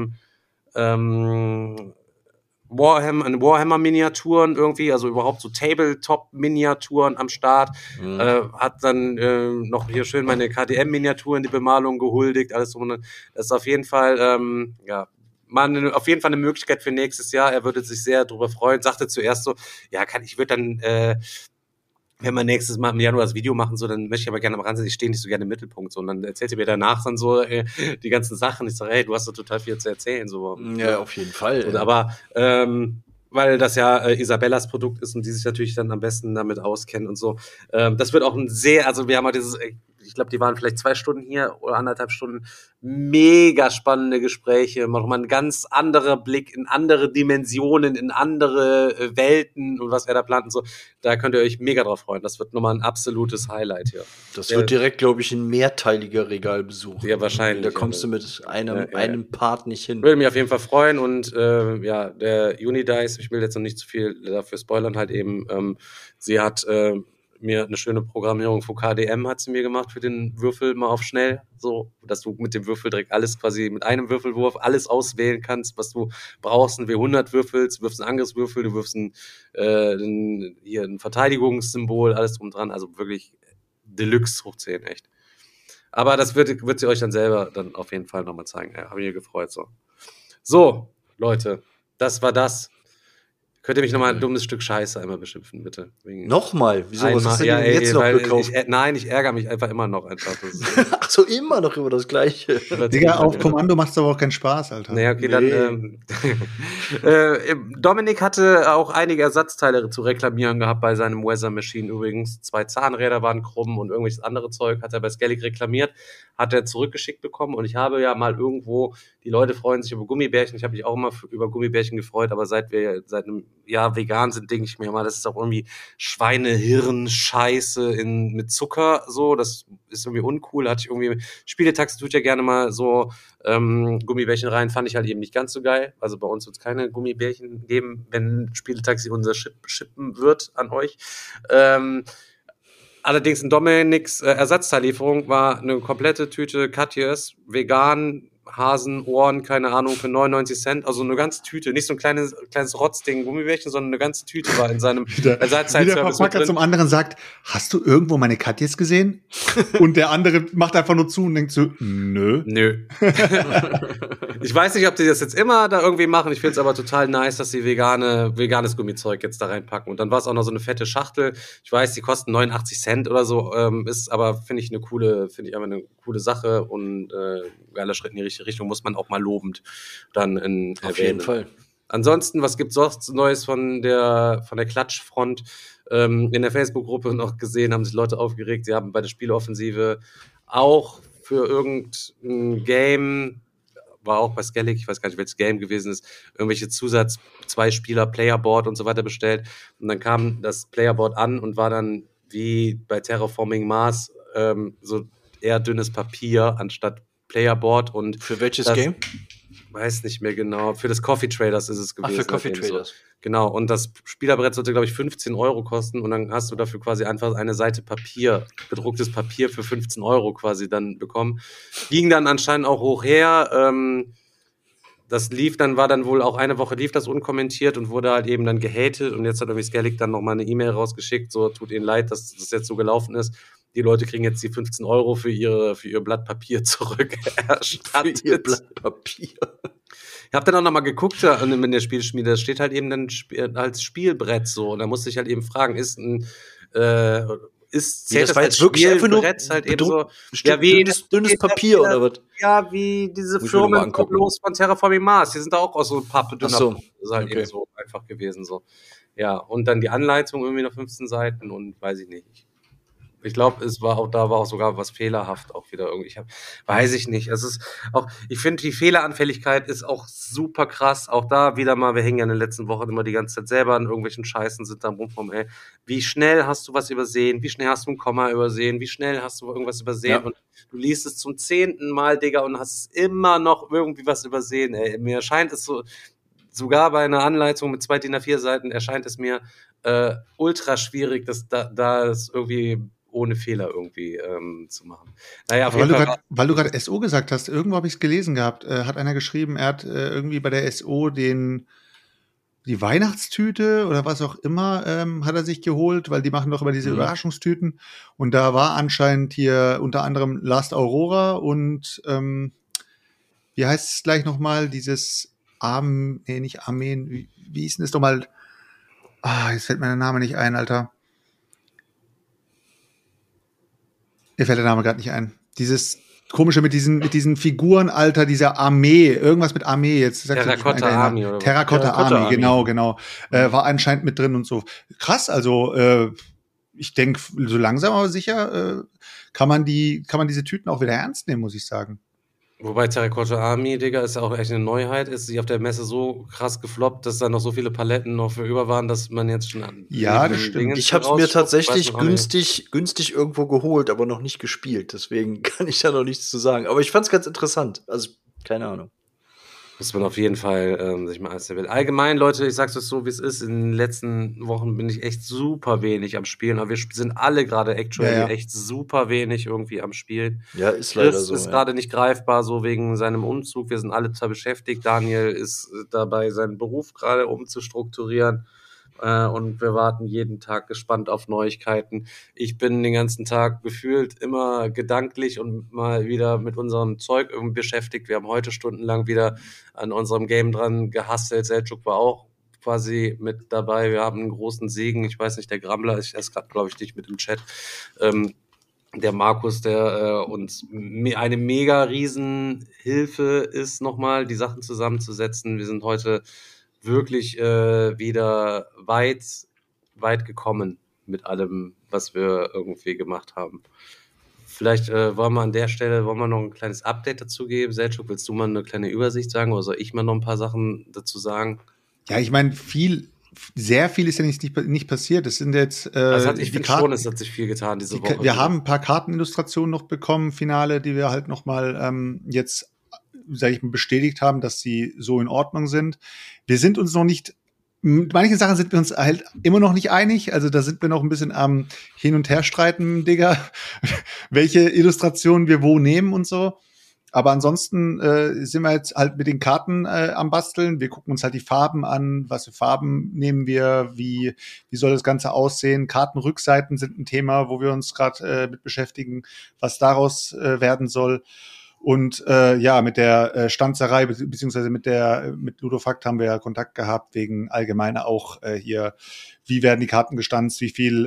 14.000 Warhammer-Miniaturen irgendwie, also überhaupt so Tabletop-Miniaturen am Start. Hat dann noch hier schön meine KDM-Miniaturen, die Bemalung gehuldigt, alles so. Das ist auf jeden Fall, auf jeden Fall eine Möglichkeit für nächstes Jahr. Er würde sich sehr darüber freuen. Sagte zuerst so, ja, ich würde dann wenn wir nächstes Mal im Januar das Video machen, so, dann möchte ich aber gerne am Rand sein, ich stehe nicht so gerne im Mittelpunkt, so, und dann erzählt ihr mir danach dann so die ganzen Sachen. Ich sage, hey, du hast doch total viel zu erzählen, so. Ja, auf jeden Fall. Und, aber weil das ja Isabellas Produkt ist und die sich natürlich dann am besten damit auskennen und so. Das wird auch also wir haben halt ich glaube, die waren vielleicht 2 Stunden hier oder 1,5 Stunden. Mega spannende Gespräche, nochmal ein ganz anderer Blick in andere Dimensionen, in andere Welten und was er da plant und so. Da könnt ihr euch mega drauf freuen. Das wird nochmal ein absolutes Highlight hier. Das wird direkt, glaube ich, ein mehrteiliger Regalbesuch. Ja, wahrscheinlich. Da kommst du mit einem Part nicht hin. Würde mich auf jeden Fall freuen und der Unidice, ich will jetzt noch nicht zu viel dafür spoilern, halt eben, sie hat mir eine schöne Programmierung für KDM hat sie mir gemacht für den Würfel mal auf schnell, so, dass du mit dem Würfel direkt alles quasi mit einem Würfelwurf alles auswählen kannst, was du brauchst, ein W100 würfelst, wirfst einen Angriffswürfel, du wirfst ein Verteidigungssymbol, alles drum dran, also wirklich Deluxe hoch 10, echt. Aber das wird sie euch dann selber dann auf jeden Fall nochmal zeigen. Ja, habe ich mir gefreut, so. So, Leute, das war das. Könnt ihr mich nochmal ein dummes Stück Scheiße einmal beschimpfen, bitte? Nochmal? Wieso? Was hast du denn jetzt noch gekauft? Nein, ich ärgere mich einfach immer noch. Ach so, immer noch über das Gleiche. Digga, auf Kommando macht es aber auch keinen Spaß, Alter. Naja, okay, dann Dominik hatte auch einige Ersatzteile zu reklamieren gehabt bei seinem Weather Machine übrigens. 2 Zahnräder waren krumm und irgendwelches andere Zeug hat er bei Skellig reklamiert, hat er zurückgeschickt bekommen und ich habe ja mal irgendwo, die Leute freuen sich über Gummibärchen, ich habe mich auch immer über Gummibärchen gefreut, aber seit einem Jahr vegan sind, denke ich mir mal, das ist auch irgendwie Schweinehirn-Scheiße mit Zucker, so, das ist irgendwie uncool, hatte ich irgendwie, Spieletaxi tut ja gerne mal so Gummibärchen rein, fand ich halt eben nicht ganz so geil, also bei uns wird es keine Gummibärchen geben, wenn Spieletaxi unser shippen wird an euch, allerdings in Dominiks Ersatzteillieferung war eine komplette Tüte Katjes, vegan, Hasen, Ohren, keine Ahnung, für 99 Cent, also eine ganze Tüte, nicht so ein kleines Rotzding Gummibärchen, sondern eine ganze Tüte war in seinem Ersatzteilservice. Wie der Verpacker zum anderen sagt, hast du irgendwo meine Katjes gesehen? Und der andere macht einfach nur zu und denkt so, nö. Ich weiß nicht, ob die das jetzt immer da irgendwie machen, ich finde es aber total nice, dass sie veganes Gummizeug jetzt da reinpacken. Und dann war es auch noch so eine fette Schachtel, ich weiß, die kosten 89 Cent oder so, ist aber, finde ich einfach eine coole Sache und geiler Schritt in die richtige Richtung, muss man auch mal lobend dann erwähnen. Auf jeden Fall. Ansonsten, was gibt's sonst Neues von der Klatschfront? In der Facebook-Gruppe noch gesehen, haben sich Leute aufgeregt, sie haben bei der Spieleoffensive auch für irgendein Game, war auch bei Skellig, ich weiß gar nicht, welches Game gewesen ist, irgendwelche 2-Spieler Playerboard und so weiter bestellt. Und dann kam das Playerboard an und war dann wie bei Terraforming Mars so eher dünnes Papier anstatt Playerboard. Und für welches Game? Weiß nicht mehr genau. Für das Coffee Traders ist es gewesen. Ach, für Coffee Traders. So. Genau. Und das Spielerbrett sollte, glaube ich, 15 € kosten. Und dann hast du dafür quasi einfach eine Seite Papier, gedrucktes Papier für 15 € quasi dann bekommen. Ging dann anscheinend auch hoch her. Das war dann wohl auch eine Woche lief das unkommentiert und wurde halt eben dann gehatet. Und jetzt hat irgendwie Skellig dann nochmal eine E-Mail rausgeschickt. So, tut ihnen leid, dass das jetzt so gelaufen ist. Die Leute kriegen jetzt die 15 € für ihr Blatt Papier zurück erstattet. Für ihr Blatt Papier. Ich habe dann auch nochmal geguckt in der Spielschmiede, das steht halt eben dann als Spielbrett so. Und da musste ich halt eben fragen, zählt das als Spielbrett halt eben so? Ja, wie dünnes Papier oder was? Ja, wie diese Firmen von Terraforming Mars. Die sind da auch aus so Pappe dünner. So. Das ist halt eben so einfach gewesen so. Ja, und dann die Anleitung irgendwie noch 15 Seiten und weiß ich nicht. Ich glaube, da war auch sogar was fehlerhaft auch wieder irgendwie. Weiß ich nicht. Es ist auch, ich finde, die Fehleranfälligkeit ist auch super krass. Auch da wieder mal, wir hängen ja in den letzten Wochen immer die ganze Zeit selber an irgendwelchen Scheißen, sind da rum, ey. Wie schnell hast du was übersehen? Wie schnell hast du ein Komma übersehen? Wie schnell hast du irgendwas übersehen? Ja. Und du liest es zum 10. Mal, Digga, und hast immer noch irgendwie was übersehen, ey. Mir erscheint es so, sogar bei einer Anleitung mit 2 DIN A4 Seiten erscheint es mir ultra schwierig, dass das irgendwie ohne Fehler irgendwie zu machen. Naja, auf jeden Fall. Weil du gerade SO gesagt hast, irgendwo habe ich es gelesen gehabt, hat einer geschrieben, er hat irgendwie bei der SO die Weihnachtstüte oder was auch immer hat er sich geholt, weil die machen doch immer diese Überraschungstüten. Und da war anscheinend hier unter anderem Last Aurora und wie heißt es gleich nochmal, dieses nicht Armeen, wie hieß denn das doch mal? Jetzt fällt mir der Name nicht ein, Alter. Mir fällt der Name gerade nicht ein. Dieses komische mit diesen Figuren, Alter, dieser Armee, irgendwas mit Armee jetzt. Terracotta Army oder was? Terracotta Army, genau. War anscheinend mit drin und so. Krass, also ich denke, so langsam aber sicher kann man diese Tüten auch wieder ernst nehmen, muss ich sagen. Wobei Terracotta Army, Digga, ist ja auch echt eine Neuheit. Ist sie auf der Messe so krass gefloppt, dass da noch so viele Paletten noch für über waren, dass man jetzt schon an. Ja, das stimmt. Ich habe es mir tatsächlich günstig irgendwo geholt, aber noch nicht gespielt. Deswegen kann ich da noch nichts zu sagen. Aber ich fand es ganz interessant. Also, keine Ahnung. Muss man auf jeden Fall sich mal alles will. Allgemein, Leute, ich sag's euch so, wie es ist. In den letzten Wochen bin ich echt super wenig am Spielen. Aber wir sind alle gerade actually echt super wenig irgendwie am Spielen. Ja, ist leider so. Chris ist gerade nicht greifbar, so wegen seinem Umzug. Wir sind alle zwar beschäftigt. Daniel ist dabei, seinen Beruf gerade umzustrukturieren. Und wir warten jeden Tag gespannt auf Neuigkeiten. Ich bin den ganzen Tag gefühlt immer gedanklich und mal wieder mit unserem Zeug irgendwie beschäftigt. Wir haben heute stundenlang wieder an unserem Game dran gehustelt. Selçuk war auch quasi mit dabei. Wir haben einen großen Segen. Ich weiß nicht, der Grammler ist gerade, glaube ich, nicht mit im Chat. Der Markus, der uns eine mega Riesenhilfe ist, nochmal die Sachen zusammenzusetzen. Wir sind heute wirklich wieder weit gekommen mit allem, was wir irgendwie gemacht haben. Vielleicht wollen wir an der Stelle noch ein kleines Update dazu geben. Selçuk, willst du mal eine kleine Übersicht sagen oder soll ich mal noch ein paar Sachen dazu sagen? Ja, ich meine, sehr viel ist ja nicht passiert. Es sind jetzt ich finde schon, es hat sich viel getan diese Woche. Wir haben ein paar Kartenillustrationen noch bekommen, Finale, die wir halt noch mal jetzt, sage ich mal, bestätigt haben, dass sie so in Ordnung sind. Wir sind uns noch nicht, mit manchen Sachen sind wir uns halt immer noch nicht einig. Also da sind wir noch ein bisschen am Hin- und Herstreiten, Digga, welche Illustrationen wir wo nehmen und so. Aber ansonsten sind wir jetzt halt mit den Karten am Basteln. Wir gucken uns halt die Farben an. Was für Farben nehmen wir? Wie soll das Ganze aussehen? Kartenrückseiten sind ein Thema, wo wir uns gerade mit beschäftigen, was daraus werden soll. Und mit der Stanzerei beziehungsweise mit Ludofakt haben wir ja Kontakt gehabt wegen allgemeiner auch hier, wie werden die Karten gestanzt, wie viel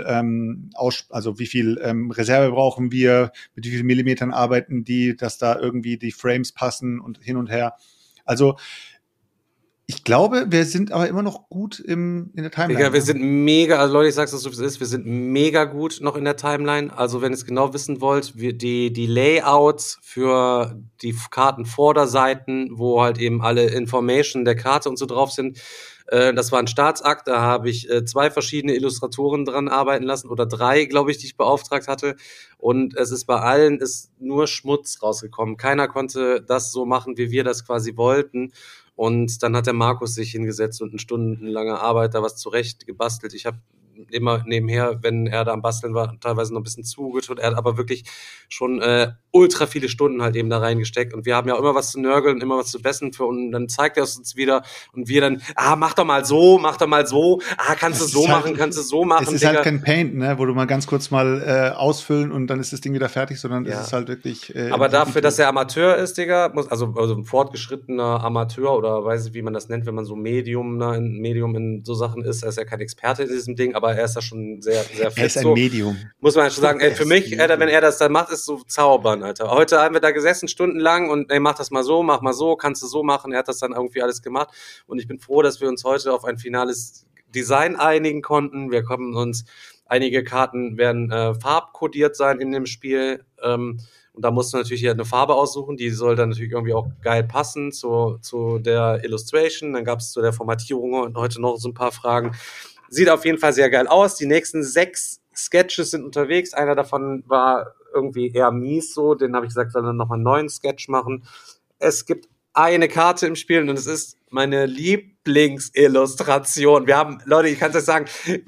Reserve brauchen wir, mit wie vielen Millimetern arbeiten die, dass da irgendwie die Frames passen und hin und her. Also ich glaube, wir sind aber immer noch gut in der Timeline. Digga, wir sind mega, also Leute, ich sag's so, wie es ist, wir sind mega gut noch in der Timeline. Also wenn ihr es genau wissen wollt, die Layouts für die Kartenvorderseiten, wo halt eben alle Information der Karte und so drauf sind, das war ein Staatsakt, da habe ich 2 verschiedene Illustratoren dran arbeiten lassen oder 3, glaube ich, die ich beauftragt hatte. Und es ist bei allen nur Schmutz rausgekommen. Keiner konnte das so machen, wie wir das quasi wollten. Und dann hat der Markus sich hingesetzt und eine stundenlange Arbeit da was zurecht gebastelt. Ich habe immer nebenher, wenn er da am Basteln war, teilweise noch ein bisschen zugetut. Er hat aber wirklich schon ultra viele Stunden halt eben da reingesteckt. Und wir haben ja immer was zu nörgeln, immer was zu besten für. Und dann zeigt er es uns wieder. Und wir dann, mach doch mal so. Kannst du so machen. Es ist Digga. Halt kein Paint, ne, wo du mal ganz kurz mal ausfüllen und dann ist das Ding wieder fertig, sondern es ist halt wirklich. Aber dafür, dass er Amateur ist, Digga, also ein fortgeschrittener Amateur oder weiß ich, wie man das nennt, wenn man so Medium in so Sachen ist, er ist ja kein Experte in diesem Ding, aber er ist da schon sehr, sehr fit. Er ist ein Medium. Muss man schon sagen, für mich, Alter, wenn er das dann macht, ist so zaubern, Alter. Heute haben wir da gesessen, stundenlang und mach das mal so, kannst du so machen. Er hat das dann irgendwie alles gemacht und ich bin froh, dass wir uns heute auf ein finales Design einigen konnten. Einige Karten werden farbkodiert sein in dem Spiel. Und da musst du natürlich hier eine Farbe aussuchen, die soll dann natürlich irgendwie auch geil passen zu der Illustration. Dann gab es zu der Formatierung heute noch so ein paar Fragen. Sieht auf jeden Fall sehr geil aus. Die nächsten 6 Sketches sind unterwegs. Einer davon war irgendwie eher mies so. Den habe ich gesagt, soll dann nochmal einen neuen Sketch machen. Es gibt eine Karte im Spiel und es ist meine Lieblingsillustration. Wir haben, Leute, ich kann es euch sagen,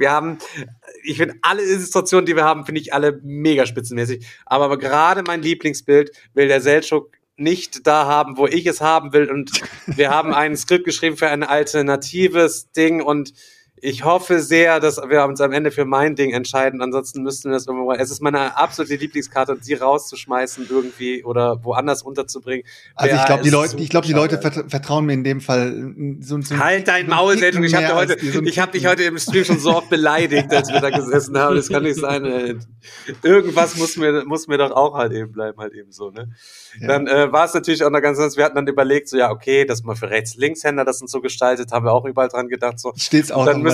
ich finde alle Illustrationen, die wir haben, finde ich alle mega spitzenmäßig. Aber gerade mein Lieblingsbild will der Selçuk nicht da haben, wo ich es haben will. Und wir haben ein Skript geschrieben für ein alternatives Ding und ich hoffe sehr, dass wir uns am Ende für mein Ding entscheiden. Ansonsten müssten wir das irgendwo. Es ist meine absolute Lieblingskarte und sie rauszuschmeißen irgendwie oder woanders unterzubringen. Also ich glaube, die Leute vertrauen mir in dem Fall. Halt dein Maul, Selçuk. Ich habe dich heute im Stream schon so oft beleidigt, als wir da gesessen haben. Das kann nicht sein. Irgendwas muss mir doch auch halt eben bleiben, halt eben so, ne? Ja. Dann war es natürlich auch noch ganz anders. Wir hatten dann überlegt, so ja, okay, dass man für Rechts-Linkshänder das und so gestaltet, haben wir auch überall dran gedacht. So. Steht's auch dann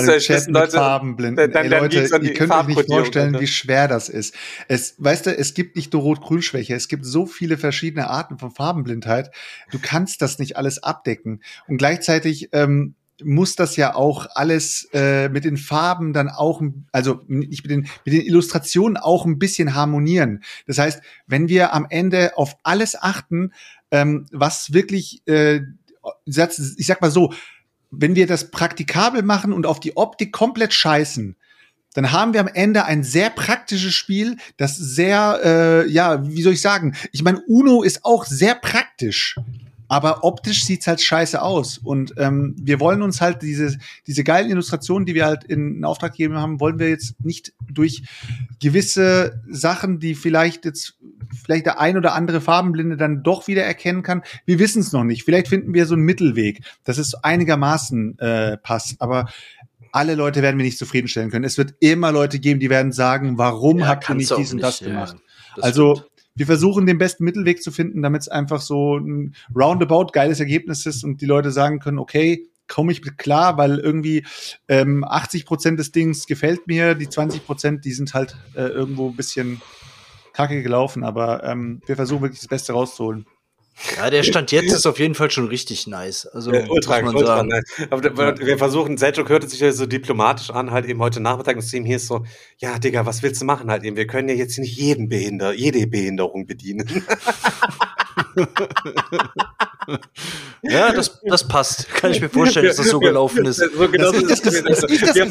mal den Chat mit Farbenblinden. Dann Leute, ihr könnt euch nicht vorstellen, Alter. wie schwer das ist. Weißt du, es gibt nicht nur Rot-Grün-Schwäche, es gibt so viele verschiedene Arten von Farbenblindheit. Du kannst das nicht alles abdecken. Und gleichzeitig muss das ja auch alles mit den Farben dann auch, also nicht mit den Illustrationen auch ein bisschen harmonieren. Das heißt, wenn wir am Ende auf alles achten, was wirklich, ich sag mal so, wenn wir das praktikabel machen und auf die Optik komplett scheißen, dann haben wir am Ende ein sehr praktisches Spiel, das sehr, wie soll ich sagen? Ich meine, Uno ist auch sehr praktisch. Aber optisch sieht's halt scheiße aus. Und wir wollen uns halt diese geilen Illustrationen, die wir halt in Auftrag gegeben haben, wollen wir jetzt nicht durch gewisse Sachen, die vielleicht der ein oder andere Farbenblinde dann doch wieder erkennen kann. Wir wissen es noch nicht. Vielleicht finden wir so einen Mittelweg, dass es einigermaßen passt. Aber alle Leute werden wir nicht zufriedenstellen können. Es wird immer Leute geben, die werden sagen, warum habt ihr nicht dies und das gemacht? Also stimmt. Wir versuchen, den besten Mittelweg zu finden, damit es einfach so ein roundabout geiles Ergebnis ist und die Leute sagen können, okay, komme ich mit klar, weil irgendwie 80% des Dings gefällt mir, die 20%, die sind halt irgendwo ein bisschen kacke gelaufen, aber wir versuchen wirklich das Beste rauszuholen. Ja, der Stand jetzt ist auf jeden Fall schon richtig nice. Also ultra nice. Aber wir versuchen, Selchuk hörte sich ja so diplomatisch an, halt eben heute Nachmittag, das Team hier ist so, ja, Digga, was willst du machen halt eben? Wir können ja jetzt nicht jede Behinderung bedienen. Ja, das passt. Kann ich mir vorstellen, dass das so gelaufen ist. So genau wir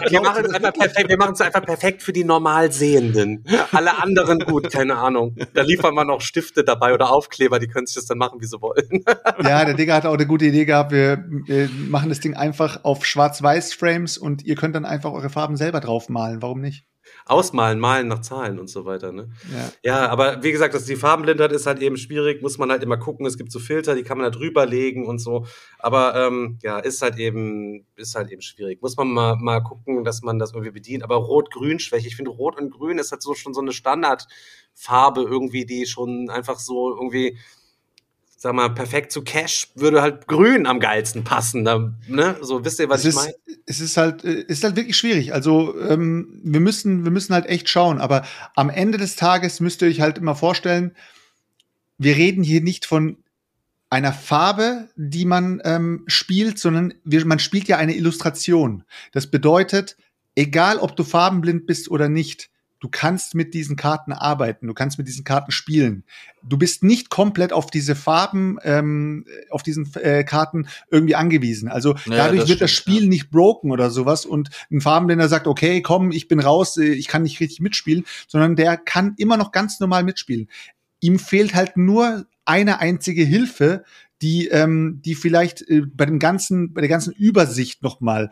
machen es einfach perfekt für die Normalsehenden. Alle anderen gut, keine Ahnung. Da liefern wir noch Stifte dabei oder Aufkleber, die können sich das dann machen, wie sie wollen. Ja, der Digga hat auch eine gute Idee gehabt. Wir machen das Ding einfach auf Schwarz-Weiß-Frames und ihr könnt dann einfach eure Farben selber draufmalen. Warum nicht? Ausmalen, malen nach Zahlen und so weiter, ne? Ja, aber wie gesagt, die Farbenblindheit ist halt eben schwierig, muss man halt immer gucken. Es gibt so Filter, die kann man da drüber legen und so. Aber ist halt eben schwierig. Muss man mal gucken, dass man das irgendwie bedient. Aber Rot-Grün-Schwäche, ich finde Rot und Grün ist halt so schon so eine Standardfarbe irgendwie, die schon einfach so irgendwie, sag mal, perfekt zu Cash würde halt Grün am geilsten passen. Ne? So, wisst ihr, was ich meine? Es ist halt wirklich schwierig. Also wir müssen halt echt schauen. Aber am Ende des Tages müsst ihr euch halt immer vorstellen, wir reden hier nicht von einer Farbe, die man spielt, sondern man spielt ja eine Illustration. Das bedeutet, egal ob du farbenblind bist oder nicht, du kannst mit diesen Karten arbeiten, du kannst mit diesen Karten spielen. Du bist nicht komplett auf diese Farben, auf diesen Karten irgendwie angewiesen. Also dadurch wird das Spiel nicht broken oder sowas und ein Farbenblinder sagt, okay, komm, ich bin raus, ich kann nicht richtig mitspielen, sondern der kann immer noch ganz normal mitspielen. Ihm fehlt halt nur eine einzige Hilfe, die vielleicht bei der ganzen Übersicht nochmal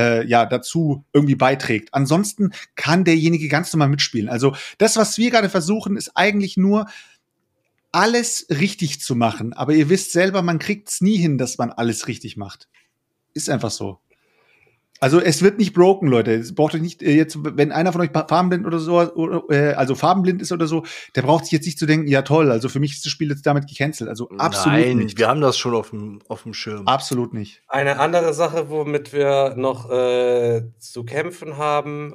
dazu irgendwie beiträgt. Ansonsten kann derjenige ganz normal mitspielen. Also das, was wir gerade versuchen, ist eigentlich nur alles richtig zu machen. Aber ihr wisst selber, man kriegt es nie hin, dass man alles richtig macht. Ist einfach so. Also es wird nicht broken, Leute. Es braucht euch nicht jetzt, wenn einer von euch farbenblind oder so, also farbenblind ist oder so, der braucht sich jetzt nicht zu denken, ja toll, also für mich ist das Spiel jetzt damit gecancelt. Also absolut nicht. Nein, wir haben das schon auf dem Schirm. Absolut nicht. Eine andere Sache, womit wir noch zu kämpfen haben,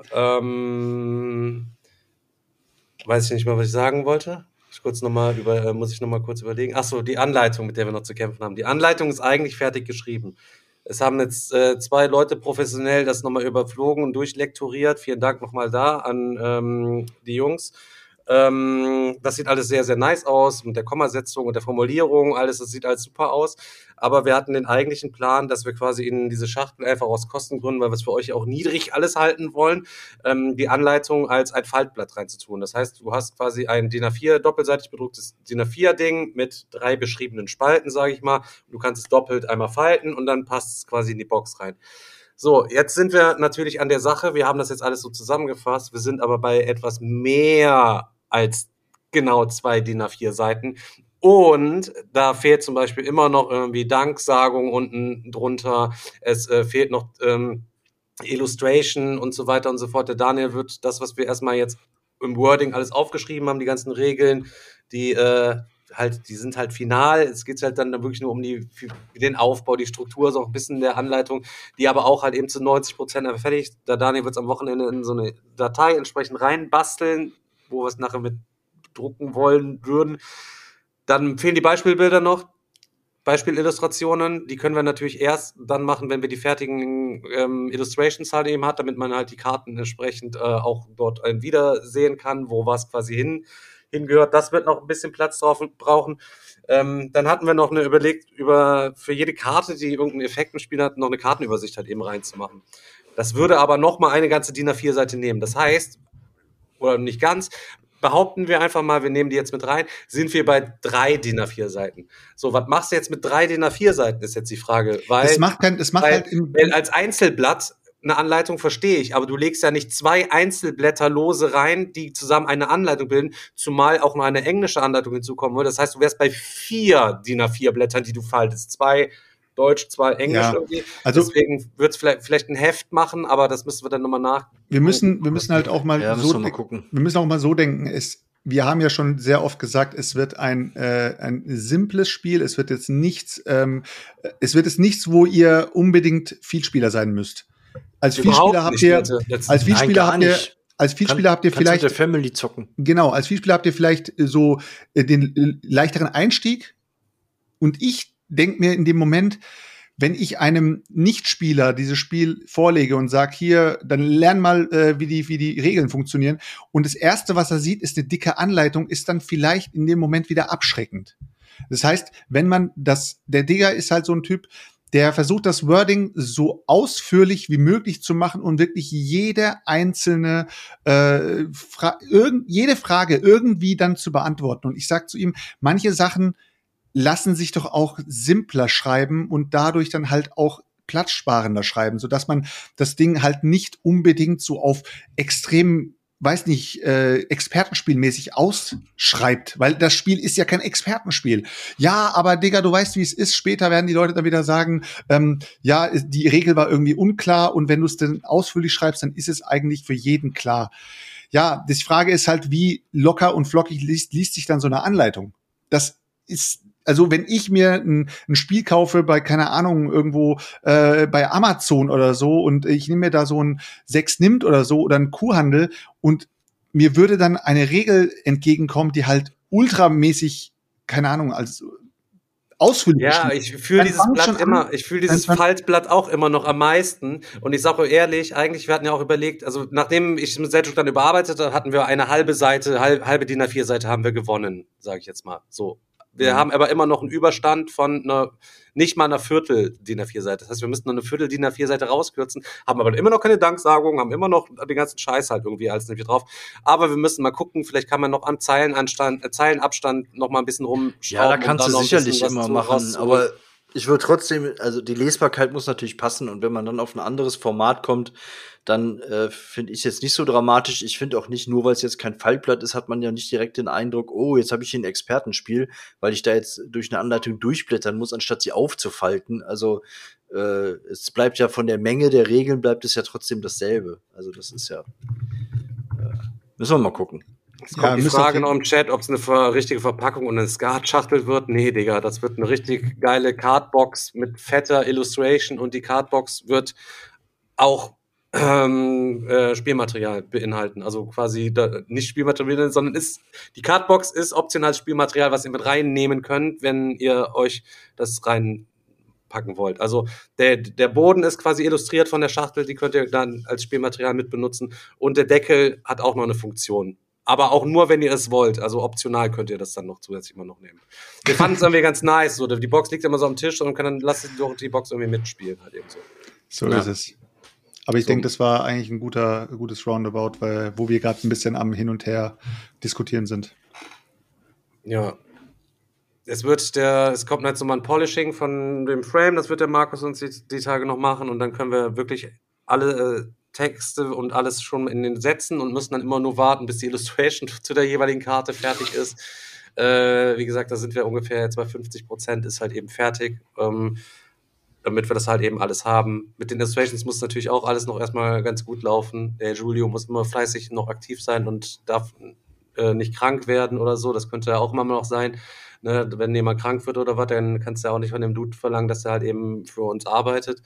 weiß ich nicht mehr, was ich sagen wollte. Muss ich noch mal kurz überlegen. Ach so, die Anleitung, mit der wir noch zu kämpfen haben. Die Anleitung ist eigentlich fertig geschrieben. Es haben jetzt 2 Leute professionell das nochmal überflogen und durchlektoriert. Vielen Dank nochmal da an die Jungs. Das sieht alles sehr, sehr nice aus mit der Kommasetzung und der Formulierung. Das sieht alles super aus. Aber wir hatten den eigentlichen Plan, dass wir quasi in diese Schachtel einfach aus Kostengründen, weil wir es für euch auch niedrig alles halten wollen, die Anleitung als ein Faltblatt reinzutun. Das heißt, du hast quasi ein DIN A4 doppelseitig bedrucktes DIN A4-Ding mit 3 beschriebenen Spalten, sage ich mal. Du kannst es doppelt einmal falten und dann passt es quasi in die Box rein. So, jetzt sind wir natürlich an der Sache. Wir haben das jetzt alles so zusammengefasst. Wir sind aber bei etwas mehr als genau 2 DIN A4 Seiten. Und da fehlt zum Beispiel immer noch irgendwie Danksagung unten drunter. Es fehlt noch Illustration und so weiter und so fort. Der Daniel wird das, was wir erstmal jetzt im Wording alles aufgeschrieben haben, die ganzen Regeln, die die sind halt final. Es geht halt dann wirklich nur um den Aufbau, die Struktur, so ein bisschen der Anleitung, die aber auch halt eben zu 90% fertig. Der Daniel wird es am Wochenende in so eine Datei entsprechend reinbasteln, wo wir es nachher mit drucken wollen würden. Dann fehlen die Beispielbilder noch. Beispielillustrationen, die können wir natürlich erst dann machen, wenn wir die fertigen Illustrations halt eben hat, damit man halt die Karten entsprechend auch dort wiedersehen kann, wo was quasi hingehört. Das wird noch ein bisschen Platz drauf brauchen. Dann hatten wir noch überlegt, für jede Karte, die irgendeinen Effekt im Spiel hat, noch eine Kartenübersicht halt eben reinzumachen. Das würde aber noch mal eine ganze DIN A4-Seite nehmen. Das heißt, oder nicht ganz, behaupten wir einfach mal, wir nehmen die jetzt mit rein, sind wir bei 3 DIN A4-Seiten. So, was machst du jetzt mit 3 DIN A4-Seiten, ist jetzt die Frage. Weil, weil als Einzelblatt eine Anleitung verstehe ich, aber du legst ja nicht 2 Einzelblätter lose rein, die zusammen eine Anleitung bilden, zumal auch noch eine englische Anleitung hinzukommen würde. Das heißt, du wärst bei 4 DIN A4-Blättern, die du faltest. 2 Deutsch, 2 Englisch irgendwie. Also deswegen wird es vielleicht ein Heft machen, aber das müssen wir dann nochmal nach. Wir müssen halt auch mal gucken. Wir müssen auch mal so denken, wir haben ja schon sehr oft gesagt, es wird ein simples Spiel, es wird jetzt nichts, wo ihr unbedingt Vielspieler sein müsst. Als Vielspieler habt ihr vielleicht mit der Family zocken. Genau, als Vielspieler habt ihr vielleicht so den leichteren Einstieg. Und ich denke mir in dem Moment, wenn ich einem Nichtspieler dieses Spiel vorlege und sage, hier, dann lern mal, wie die Regeln funktionieren. Und das Erste, was er sieht, ist eine dicke Anleitung, ist dann vielleicht in dem Moment wieder abschreckend. Das heißt, der Digger ist halt so ein Typ, der versucht, das Wording so ausführlich wie möglich zu machen und wirklich jede einzelne jede Frage irgendwie dann zu beantworten. Und ich sage zu ihm, manche Sachen lassen sich doch auch simpler schreiben und dadurch dann halt auch platzsparender schreiben, sodass man das Ding halt nicht unbedingt so auf extrem, weiß nicht, expertenspielmäßig ausschreibt, weil das Spiel ist ja kein Expertenspiel. Ja, aber Digga, du weißt, wie es ist. Später werden die Leute dann wieder sagen, ja, die Regel war irgendwie unklar und wenn du es dann ausführlich schreibst, dann ist es eigentlich für jeden klar. Ja, die Frage ist halt, wie locker und flockig liest sich dann so eine Anleitung? Das ist, also wenn ich mir ein Spiel kaufe bei, keine Ahnung, irgendwo bei Amazon oder so und ich nehme mir da so ein 6 nimmt oder so oder einen Kuhhandel und mir würde dann eine Regel entgegenkommen, die halt ultramäßig, keine Ahnung, als ausführlich. Ja, ich fühle dieses Blatt immer, ich fühle dieses Faltblatt auch immer noch am meisten. Und ich sage ehrlich, eigentlich, wir hatten ja auch überlegt, also nachdem ich es mit Selchuk dann überarbeitet habe, hatten wir eine halbe Seite, halbe DIN A4-Seite haben wir gewonnen, sage ich jetzt mal so. Wir haben aber immer noch einen Überstand von nicht mal einer Viertel DIN A4-Seite. Das heißt, wir müssten noch eine Viertel DIN A4-Seite rauskürzen, haben aber immer noch keine Danksagung, haben immer noch den ganzen Scheiß halt irgendwie als nicht drauf. Aber wir müssen mal gucken, vielleicht kann man noch am Zeilenabstand noch mal ein bisschen rumschrauben. Ja, da kannst du sicherlich immer machen, aber ich würde trotzdem, also die Lesbarkeit muss natürlich passen und wenn man dann auf ein anderes Format kommt, dann finde ich es jetzt nicht so dramatisch. Ich finde auch nicht, nur weil es jetzt kein Faltblatt ist, hat man ja nicht direkt den Eindruck, oh, jetzt habe ich hier ein Expertenspiel, weil ich da jetzt durch eine Anleitung durchblättern muss, anstatt sie aufzufalten. Also es bleibt ja von der Menge der Regeln, bleibt es ja trotzdem dasselbe. Also das ist ja, müssen wir mal gucken. Es kommt die Frage noch im Chat, ob es eine richtige Verpackung und eine Skatschachtel wird. Nee, Digga, das wird eine richtig geile Cardbox mit fetter Illustration und die Cardbox wird auch Spielmaterial beinhalten. Also quasi nicht Spielmaterial, sondern die Cardbox ist optionales Spielmaterial, was ihr mit reinnehmen könnt, wenn ihr euch das reinpacken wollt. Also der Boden ist quasi illustriert von der Schachtel, die könnt ihr dann als Spielmaterial mit benutzen und der Deckel hat auch noch eine Funktion. Aber auch nur, wenn ihr es wollt. Also optional könnt ihr das dann noch zusätzlich mal noch nehmen. Wir fanden es irgendwie ganz nice. So, die Box liegt immer so am Tisch und lasst die Box irgendwie mitspielen. Halt eben so. So ist es. Aber ich denke, das war eigentlich ein gutes Roundabout, wo wir gerade ein bisschen am Hin und Her diskutieren sind. Ja. Es kommt jetzt nochmal ein Polishing von dem Frame. Das wird der Markus uns die Tage noch machen. Und dann können wir wirklich alle Texte und alles schon in den Sätzen und müssen dann immer nur warten, bis die Illustration zu der jeweiligen Karte fertig ist. Wie gesagt, da sind wir ungefähr jetzt bei 50%, ist halt eben fertig, damit wir das halt eben alles haben. Mit den Illustrations muss natürlich auch alles noch erstmal ganz gut laufen. Der Julio muss immer fleißig noch aktiv sein und darf nicht krank werden oder so. Das könnte ja auch immer noch sein. Ne, wenn jemand krank wird oder was, dann kannst du ja auch nicht von dem Dude verlangen, dass er halt eben für uns arbeitet.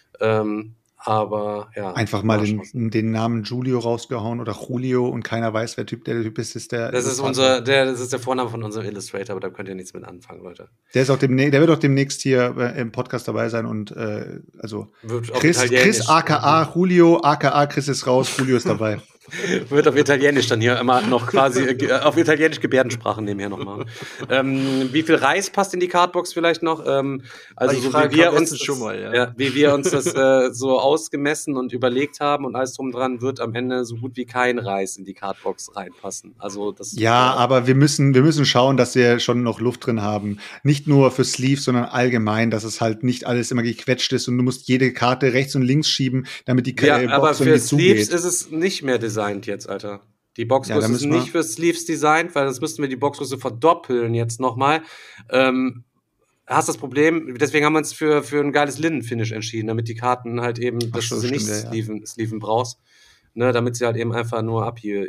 Aber ja. Einfach mal den Namen Julio rausgehauen oder Julio und keiner weiß, wer der Typ ist. Das ist der Vorname von unserem Illustrator, aber da könnt ihr nichts mit anfangen, Leute. Der wird auch demnächst hier im Podcast dabei sein und also Chris aka Julio aka Chris ist raus, Julio ist dabei. Wird auf Italienisch dann hier immer noch quasi auf Italienisch Gebärdensprachen nebenher noch machen. Wie viel Reis passt in die Cardbox vielleicht noch? Also so wie wir uns das so ausgemessen und überlegt haben und alles drum dran, wird am Ende so gut wie kein Reis in die Cardbox reinpassen. Also das aber wir müssen schauen, dass wir schon noch Luft drin haben. Nicht nur für Sleeve, sondern allgemein, dass es halt nicht alles immer gequetscht ist und du musst jede Karte rechts und links schieben, damit die Box aber für Sleeves zugeht. Ist es nicht mehr designt jetzt, Alter. Die Boxgröße ist nicht für Sleeves designt, weil sonst müssten wir die Boxgröße verdoppeln jetzt nochmal. Hast das Problem, deswegen haben wir uns für ein geiles Linnen-Finish entschieden, damit die Karten halt eben, dass du sie nicht sleeven brauchst, ne, damit sie halt eben einfach nur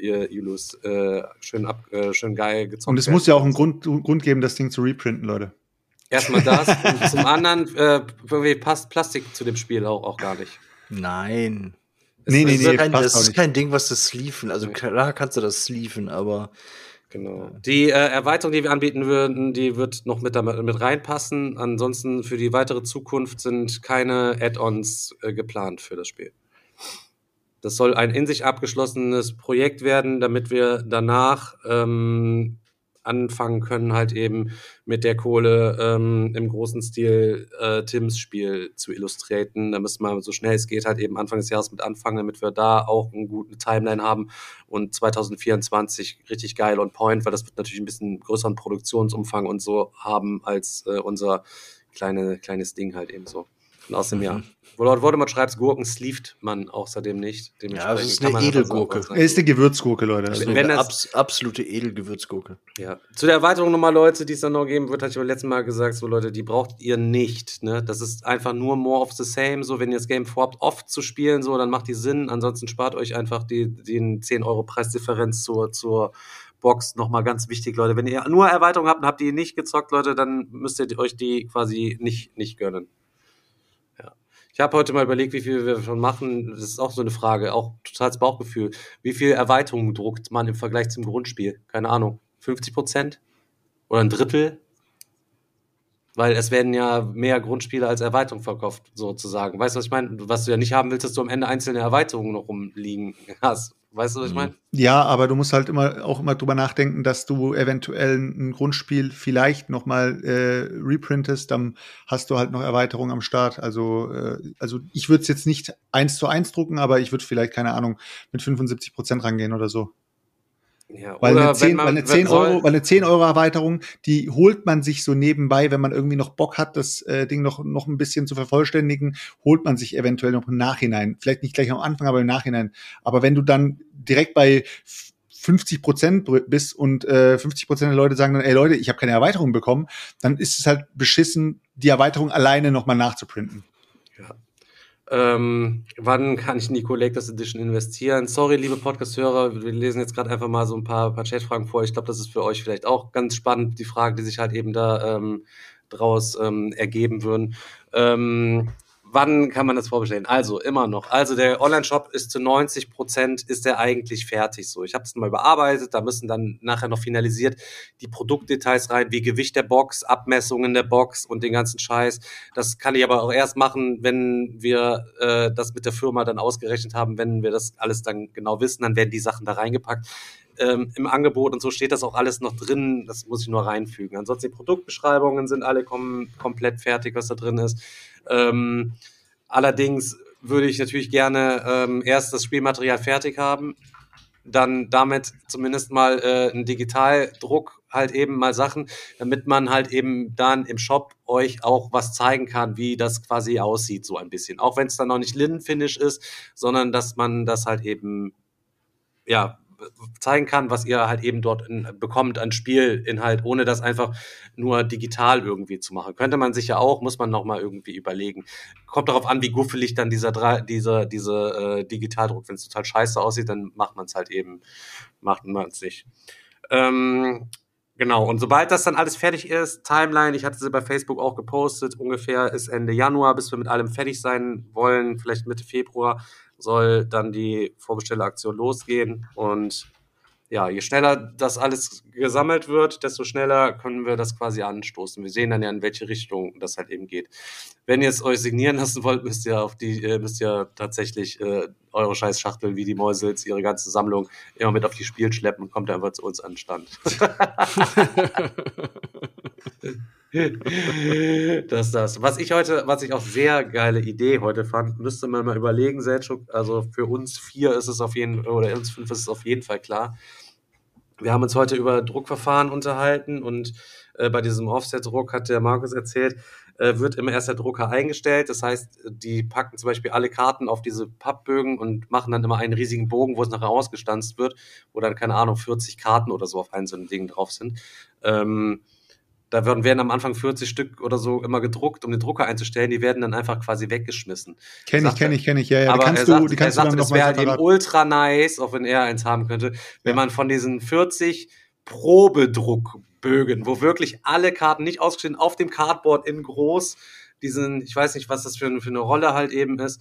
schön geil gezockt werden. Und es muss ja auch einen Grund geben, das Ding zu reprinten, Leute. Erstmal das und zum anderen irgendwie passt Plastik zu dem Spiel auch gar nicht. Nein. Das ist kein Ding, was das sleeven. Also klar kannst du das sleeven, aber genau. Die Erweiterung, die wir anbieten würden, die wird noch mit reinpassen. Ansonsten für die weitere Zukunft sind keine Add-ons geplant für das Spiel. Das soll ein in sich abgeschlossenes Projekt werden, damit wir danach anfangen können, halt eben mit der Kohle im großen Stil Tims Spiel zu illustrieren. Da müssen wir so schnell es geht halt eben Anfang des Jahres mit anfangen, damit wir da auch eine gute Timeline haben und 2024 richtig geil on point, weil das wird natürlich ein bisschen größeren Produktionsumfang und so haben als unser kleines Ding halt eben so. Und aus dem Jahr. Wo Lord Voldemort schreibt, Gurken sleeved man außerdem nicht. Ja, das ist eine Edelgurke. Er ist eine Gewürzgurke, Leute. Das ist eine absolute Edelgewürzgurke. Ja. Zu der Erweiterung nochmal, Leute, die es dann noch geben wird, hatte ich beim letzten Mal gesagt, so Leute, die braucht ihr nicht. Ne? Das ist einfach nur more of the same. So, wenn ihr das Game vorhabt, oft zu spielen, so, dann macht die Sinn. Ansonsten spart euch einfach den 10 € Preisdifferenz zur Box. Nochmal ganz wichtig, Leute. Wenn ihr nur Erweiterungen habt und habt die nicht gezockt, Leute, dann müsst ihr euch die quasi nicht gönnen. Ich habe heute mal überlegt, wie viel wir schon machen. Das ist auch so eine Frage, auch totales Bauchgefühl. Wie viel Erweiterungen druckt man im Vergleich zum Grundspiel? Keine Ahnung, 50%? Oder ein Drittel? Weil es werden ja mehr Grundspiele als Erweiterungen verkauft, sozusagen. Weißt du, was ich meine? Was du ja nicht haben willst, dass du am Ende einzelne Erweiterungen noch rumliegen hast. Weißt du, was ich meine? Ja, aber du musst halt immer drüber nachdenken, dass du eventuell ein Grundspiel vielleicht noch mal reprintest, dann hast du halt noch Erweiterungen am Start. Also ich würde es jetzt nicht 1:1 drucken, aber ich würde vielleicht, keine Ahnung, mit 75% rangehen oder so. Ja, weil eine 10 € Erweiterung, die holt man sich so nebenbei, wenn man irgendwie noch Bock hat, das Ding noch ein bisschen zu vervollständigen, holt man sich eventuell noch im Nachhinein. Vielleicht nicht gleich am Anfang, aber im Nachhinein. Aber wenn du dann direkt bei 50% bist und 50% der Leute sagen dann, ey Leute, ich habe keine Erweiterung bekommen, dann ist es halt beschissen, die Erweiterung alleine nochmal nachzuprinten. Ja. Wann kann ich in die Collectors Edition investieren? Sorry, liebe Podcast-Hörer, wir lesen jetzt gerade einfach mal so ein paar Chat-Fragen vor. Ich glaube, das ist für euch vielleicht auch ganz spannend, die Fragen, die sich halt eben da draus ergeben würden. Wann kann man das vorbestellen? Also, immer noch. Also, der Online-Shop ist zu 90% ist der eigentlich fertig so. Ich habe das mal überarbeitet, da müssen dann nachher noch finalisiert die Produktdetails rein, wie Gewicht der Box, Abmessungen der Box und den ganzen Scheiß. Das kann ich aber auch erst machen, wenn wir das mit der Firma dann ausgerechnet haben, wenn wir das alles dann genau wissen, dann werden die Sachen da reingepackt. Im Angebot und so steht das auch alles noch drin, das muss ich nur reinfügen. Ansonsten die Produktbeschreibungen sind alle komplett fertig, was da drin ist. Allerdings würde ich natürlich gerne erst das Spielmaterial fertig haben, dann damit zumindest mal einen Digitaldruck halt eben mal Sachen, damit man halt eben dann im Shop euch auch was zeigen kann, wie das quasi aussieht, so ein bisschen. Auch wenn es dann noch nicht Linnenfinish ist, sondern dass man das halt eben, ja, zeigen kann, was ihr halt eben dort bekommt an Spielinhalt, ohne das einfach nur digital irgendwie zu machen. Könnte man sich ja auch, muss man nochmal irgendwie überlegen. Kommt darauf an, wie guffelig dann diese Digitaldruck, wenn es total scheiße aussieht, dann macht man es halt eben, macht man es nicht. Genau, und sobald das dann alles fertig ist, Timeline, ich hatte sie bei Facebook auch gepostet, ungefähr ist Ende Januar, bis wir mit allem fertig sein wollen, vielleicht Mitte Februar, soll dann die Vorbestelleraktion losgehen. Und ja, je schneller das alles gesammelt wird, desto schneller können wir das quasi anstoßen. Wir sehen dann ja, in welche Richtung das halt eben geht. Wenn ihr es euch signieren lassen wollt, müsst ihr tatsächlich eure Scheißschachtel wie die Mäusels, ihre ganze Sammlung immer mit auf die Spiel schleppen und kommt einfach zu uns an den Stand. Das. Was ich auch sehr geile Idee heute fand, müsste man mal überlegen, Selçuk, also für uns 4 ist es auf jeden Fall, oder uns 5 ist es auf jeden Fall klar. Wir haben uns heute über Druckverfahren unterhalten und bei diesem Offset-Druck hat der Markus erzählt, wird immer erst der Drucker eingestellt. Das heißt, die packen zum Beispiel alle Karten auf diese Pappbögen und machen dann immer einen riesigen Bogen, wo es nachher ausgestanzt wird, wo dann, keine Ahnung, 40 Karten oder so auf einem so einem Ding drauf sind. Da werden am Anfang 40 Stück oder so immer gedruckt, um den Drucker einzustellen. Die werden dann einfach quasi weggeschmissen. Kenn ich, ja. Aber die kannst du dann das wäre halt eben ultra nice, auch wenn er eins haben könnte, wenn man von diesen 40 Probedruckbögen, wo wirklich alle Karten nicht ausgeschnitten auf dem Cardboard in groß, ich weiß nicht, was das für eine Rolle halt eben ist,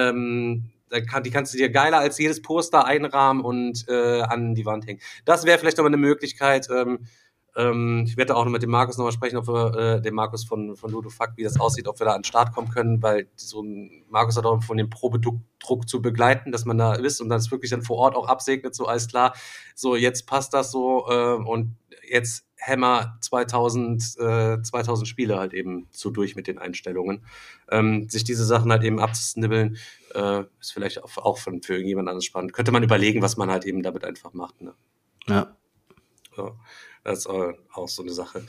die kannst du dir geiler als jedes Poster einrahmen und an die Wand hängen. Das wäre vielleicht nochmal eine Möglichkeit. Ich werde auch noch mit dem Markus nochmal sprechen, ob wir dem Markus von Ludofuck, wie das aussieht, ob wir da an den Start kommen können, weil so ein Markus hat auch von dem Probedruck zu begleiten, dass man da ist und dann es wirklich dann vor Ort auch absegnet, so alles klar, so jetzt passt das so und jetzt Hammer 2000 Spiele halt eben so durch mit den Einstellungen. Sich diese Sachen halt eben abzusnibbeln, ist vielleicht auch für irgendjemand anderes spannend. Könnte man überlegen, was man halt eben damit einfach macht. Ne? Ja. So. Das ist auch so eine Sache.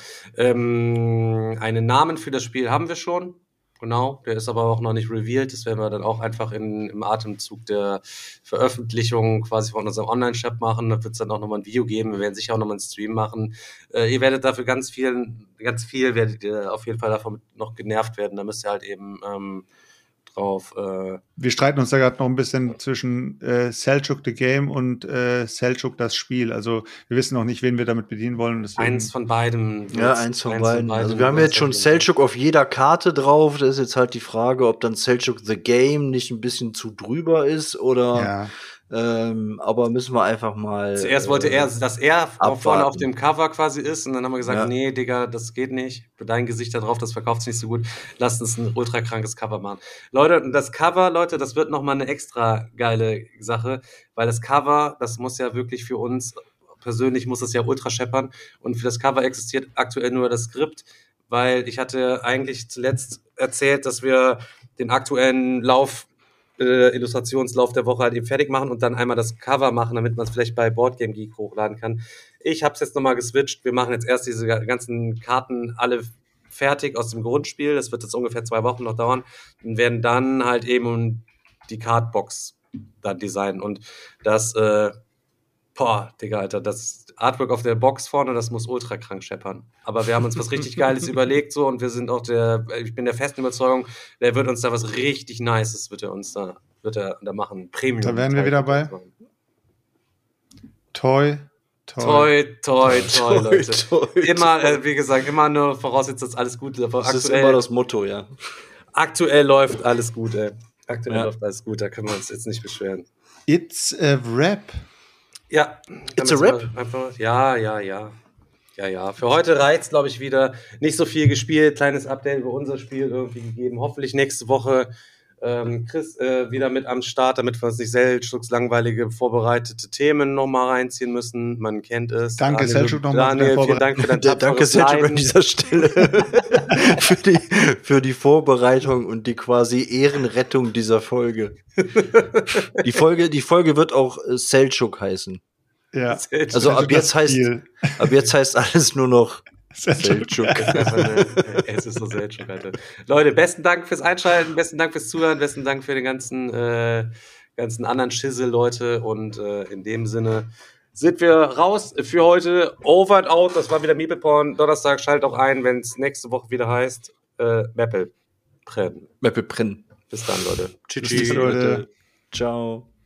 Einen Namen für das Spiel haben wir schon. Genau, der ist aber auch noch nicht revealed. Das werden wir dann auch einfach im Atemzug der Veröffentlichung quasi von unserem Online-Shop machen. Da wird es dann auch nochmal ein Video geben. Wir werden sicher auch nochmal einen Stream machen. Ihr werdet dafür ganz viel werdet ihr auf jeden Fall davon noch genervt werden. Da müsst ihr halt eben drauf. Wir streiten uns da gerade noch ein bisschen zwischen Selçuk the Game und Selçuk das Spiel. Also wir wissen noch nicht, wen wir damit bedienen wollen. Eins von beidem. Ja, eins von beiden. Also wir haben jetzt schon Selçuk auf jeder Karte drauf. Da ist jetzt halt die Frage, ob dann Selçuk the Game nicht ein bisschen zu drüber ist oder. Ja. Aber müssen wir einfach mal. Zuerst wollte er, dass er vorne auf dem Cover quasi ist, und dann haben wir gesagt, nee, Digga, das geht nicht. Dein Gesicht da drauf, das verkauft sich nicht so gut. Lasst uns ein ultra krankes Cover machen. Leute, das Cover, das wird nochmal eine extra geile Sache, weil das Cover, das muss ja wirklich für uns persönlich, muss das ja ultra scheppern, und für das Cover existiert aktuell nur das Skript, weil ich hatte eigentlich zuletzt erzählt, dass wir den aktuellen Illustrationslauf der Woche halt eben fertig machen und dann einmal das Cover machen, damit man es vielleicht bei Boardgame Geek hochladen kann. Ich habe es jetzt nochmal geswitcht. Wir machen jetzt erst diese ganzen Karten alle fertig aus dem Grundspiel. Das wird jetzt ungefähr 2 Wochen noch dauern. Und werden dann halt eben die Cardbox dann designen. Und das, Digga, Alter, das Artwork auf der Box vorne, das muss ultra krank scheppern. Aber wir haben uns was richtig Geiles überlegt, so, und wir sind auch ich bin der festen Überzeugung, der wird uns da was richtig Nices, wird er da machen. Premium. Da wären wir wieder bei. Toi, Leute. Immer, wie gesagt, immer nur voraussetzt, dass alles gut läuft. Das ist immer das Motto, ja. Aktuell läuft alles gut, ey. Läuft alles gut, da können wir uns jetzt nicht beschweren. It's a Rap. Ja. It's a Rap? Ja. Für heute reizt, glaube ich, wieder. Nicht so viel gespielt. Kleines Update über unser Spiel irgendwie gegeben. Hoffentlich nächste Woche Chris wieder mit am Start, damit wir uns nicht Selçuks langweilige vorbereitete Themen nochmal reinziehen müssen. Man kennt es. Danke, Selçuk, nochmal. Daniel, vielen Dank für dein Danke, Selçuk, an dieser Stelle für die Vorbereitung und die quasi Ehrenrettung dieser Folge. Die Folge wird auch Selçuk heißen. Ja. Also ab jetzt heißt alles nur noch Selçuk. Es ist so Selçuk, Alter. Leute, besten Dank fürs Einschalten, besten Dank fürs Zuhören, besten Dank für den ganzen anderen Schissel, Leute. Und in dem Sinne sind wir raus für heute. Over and out. Das war wieder Meepleporn. Donnerstag, schaltet auch ein, wenn es nächste Woche wieder heißt Meppelprenn. Meppelprenn. Bis dann, Leute. Tschüss, Leute. Ciao.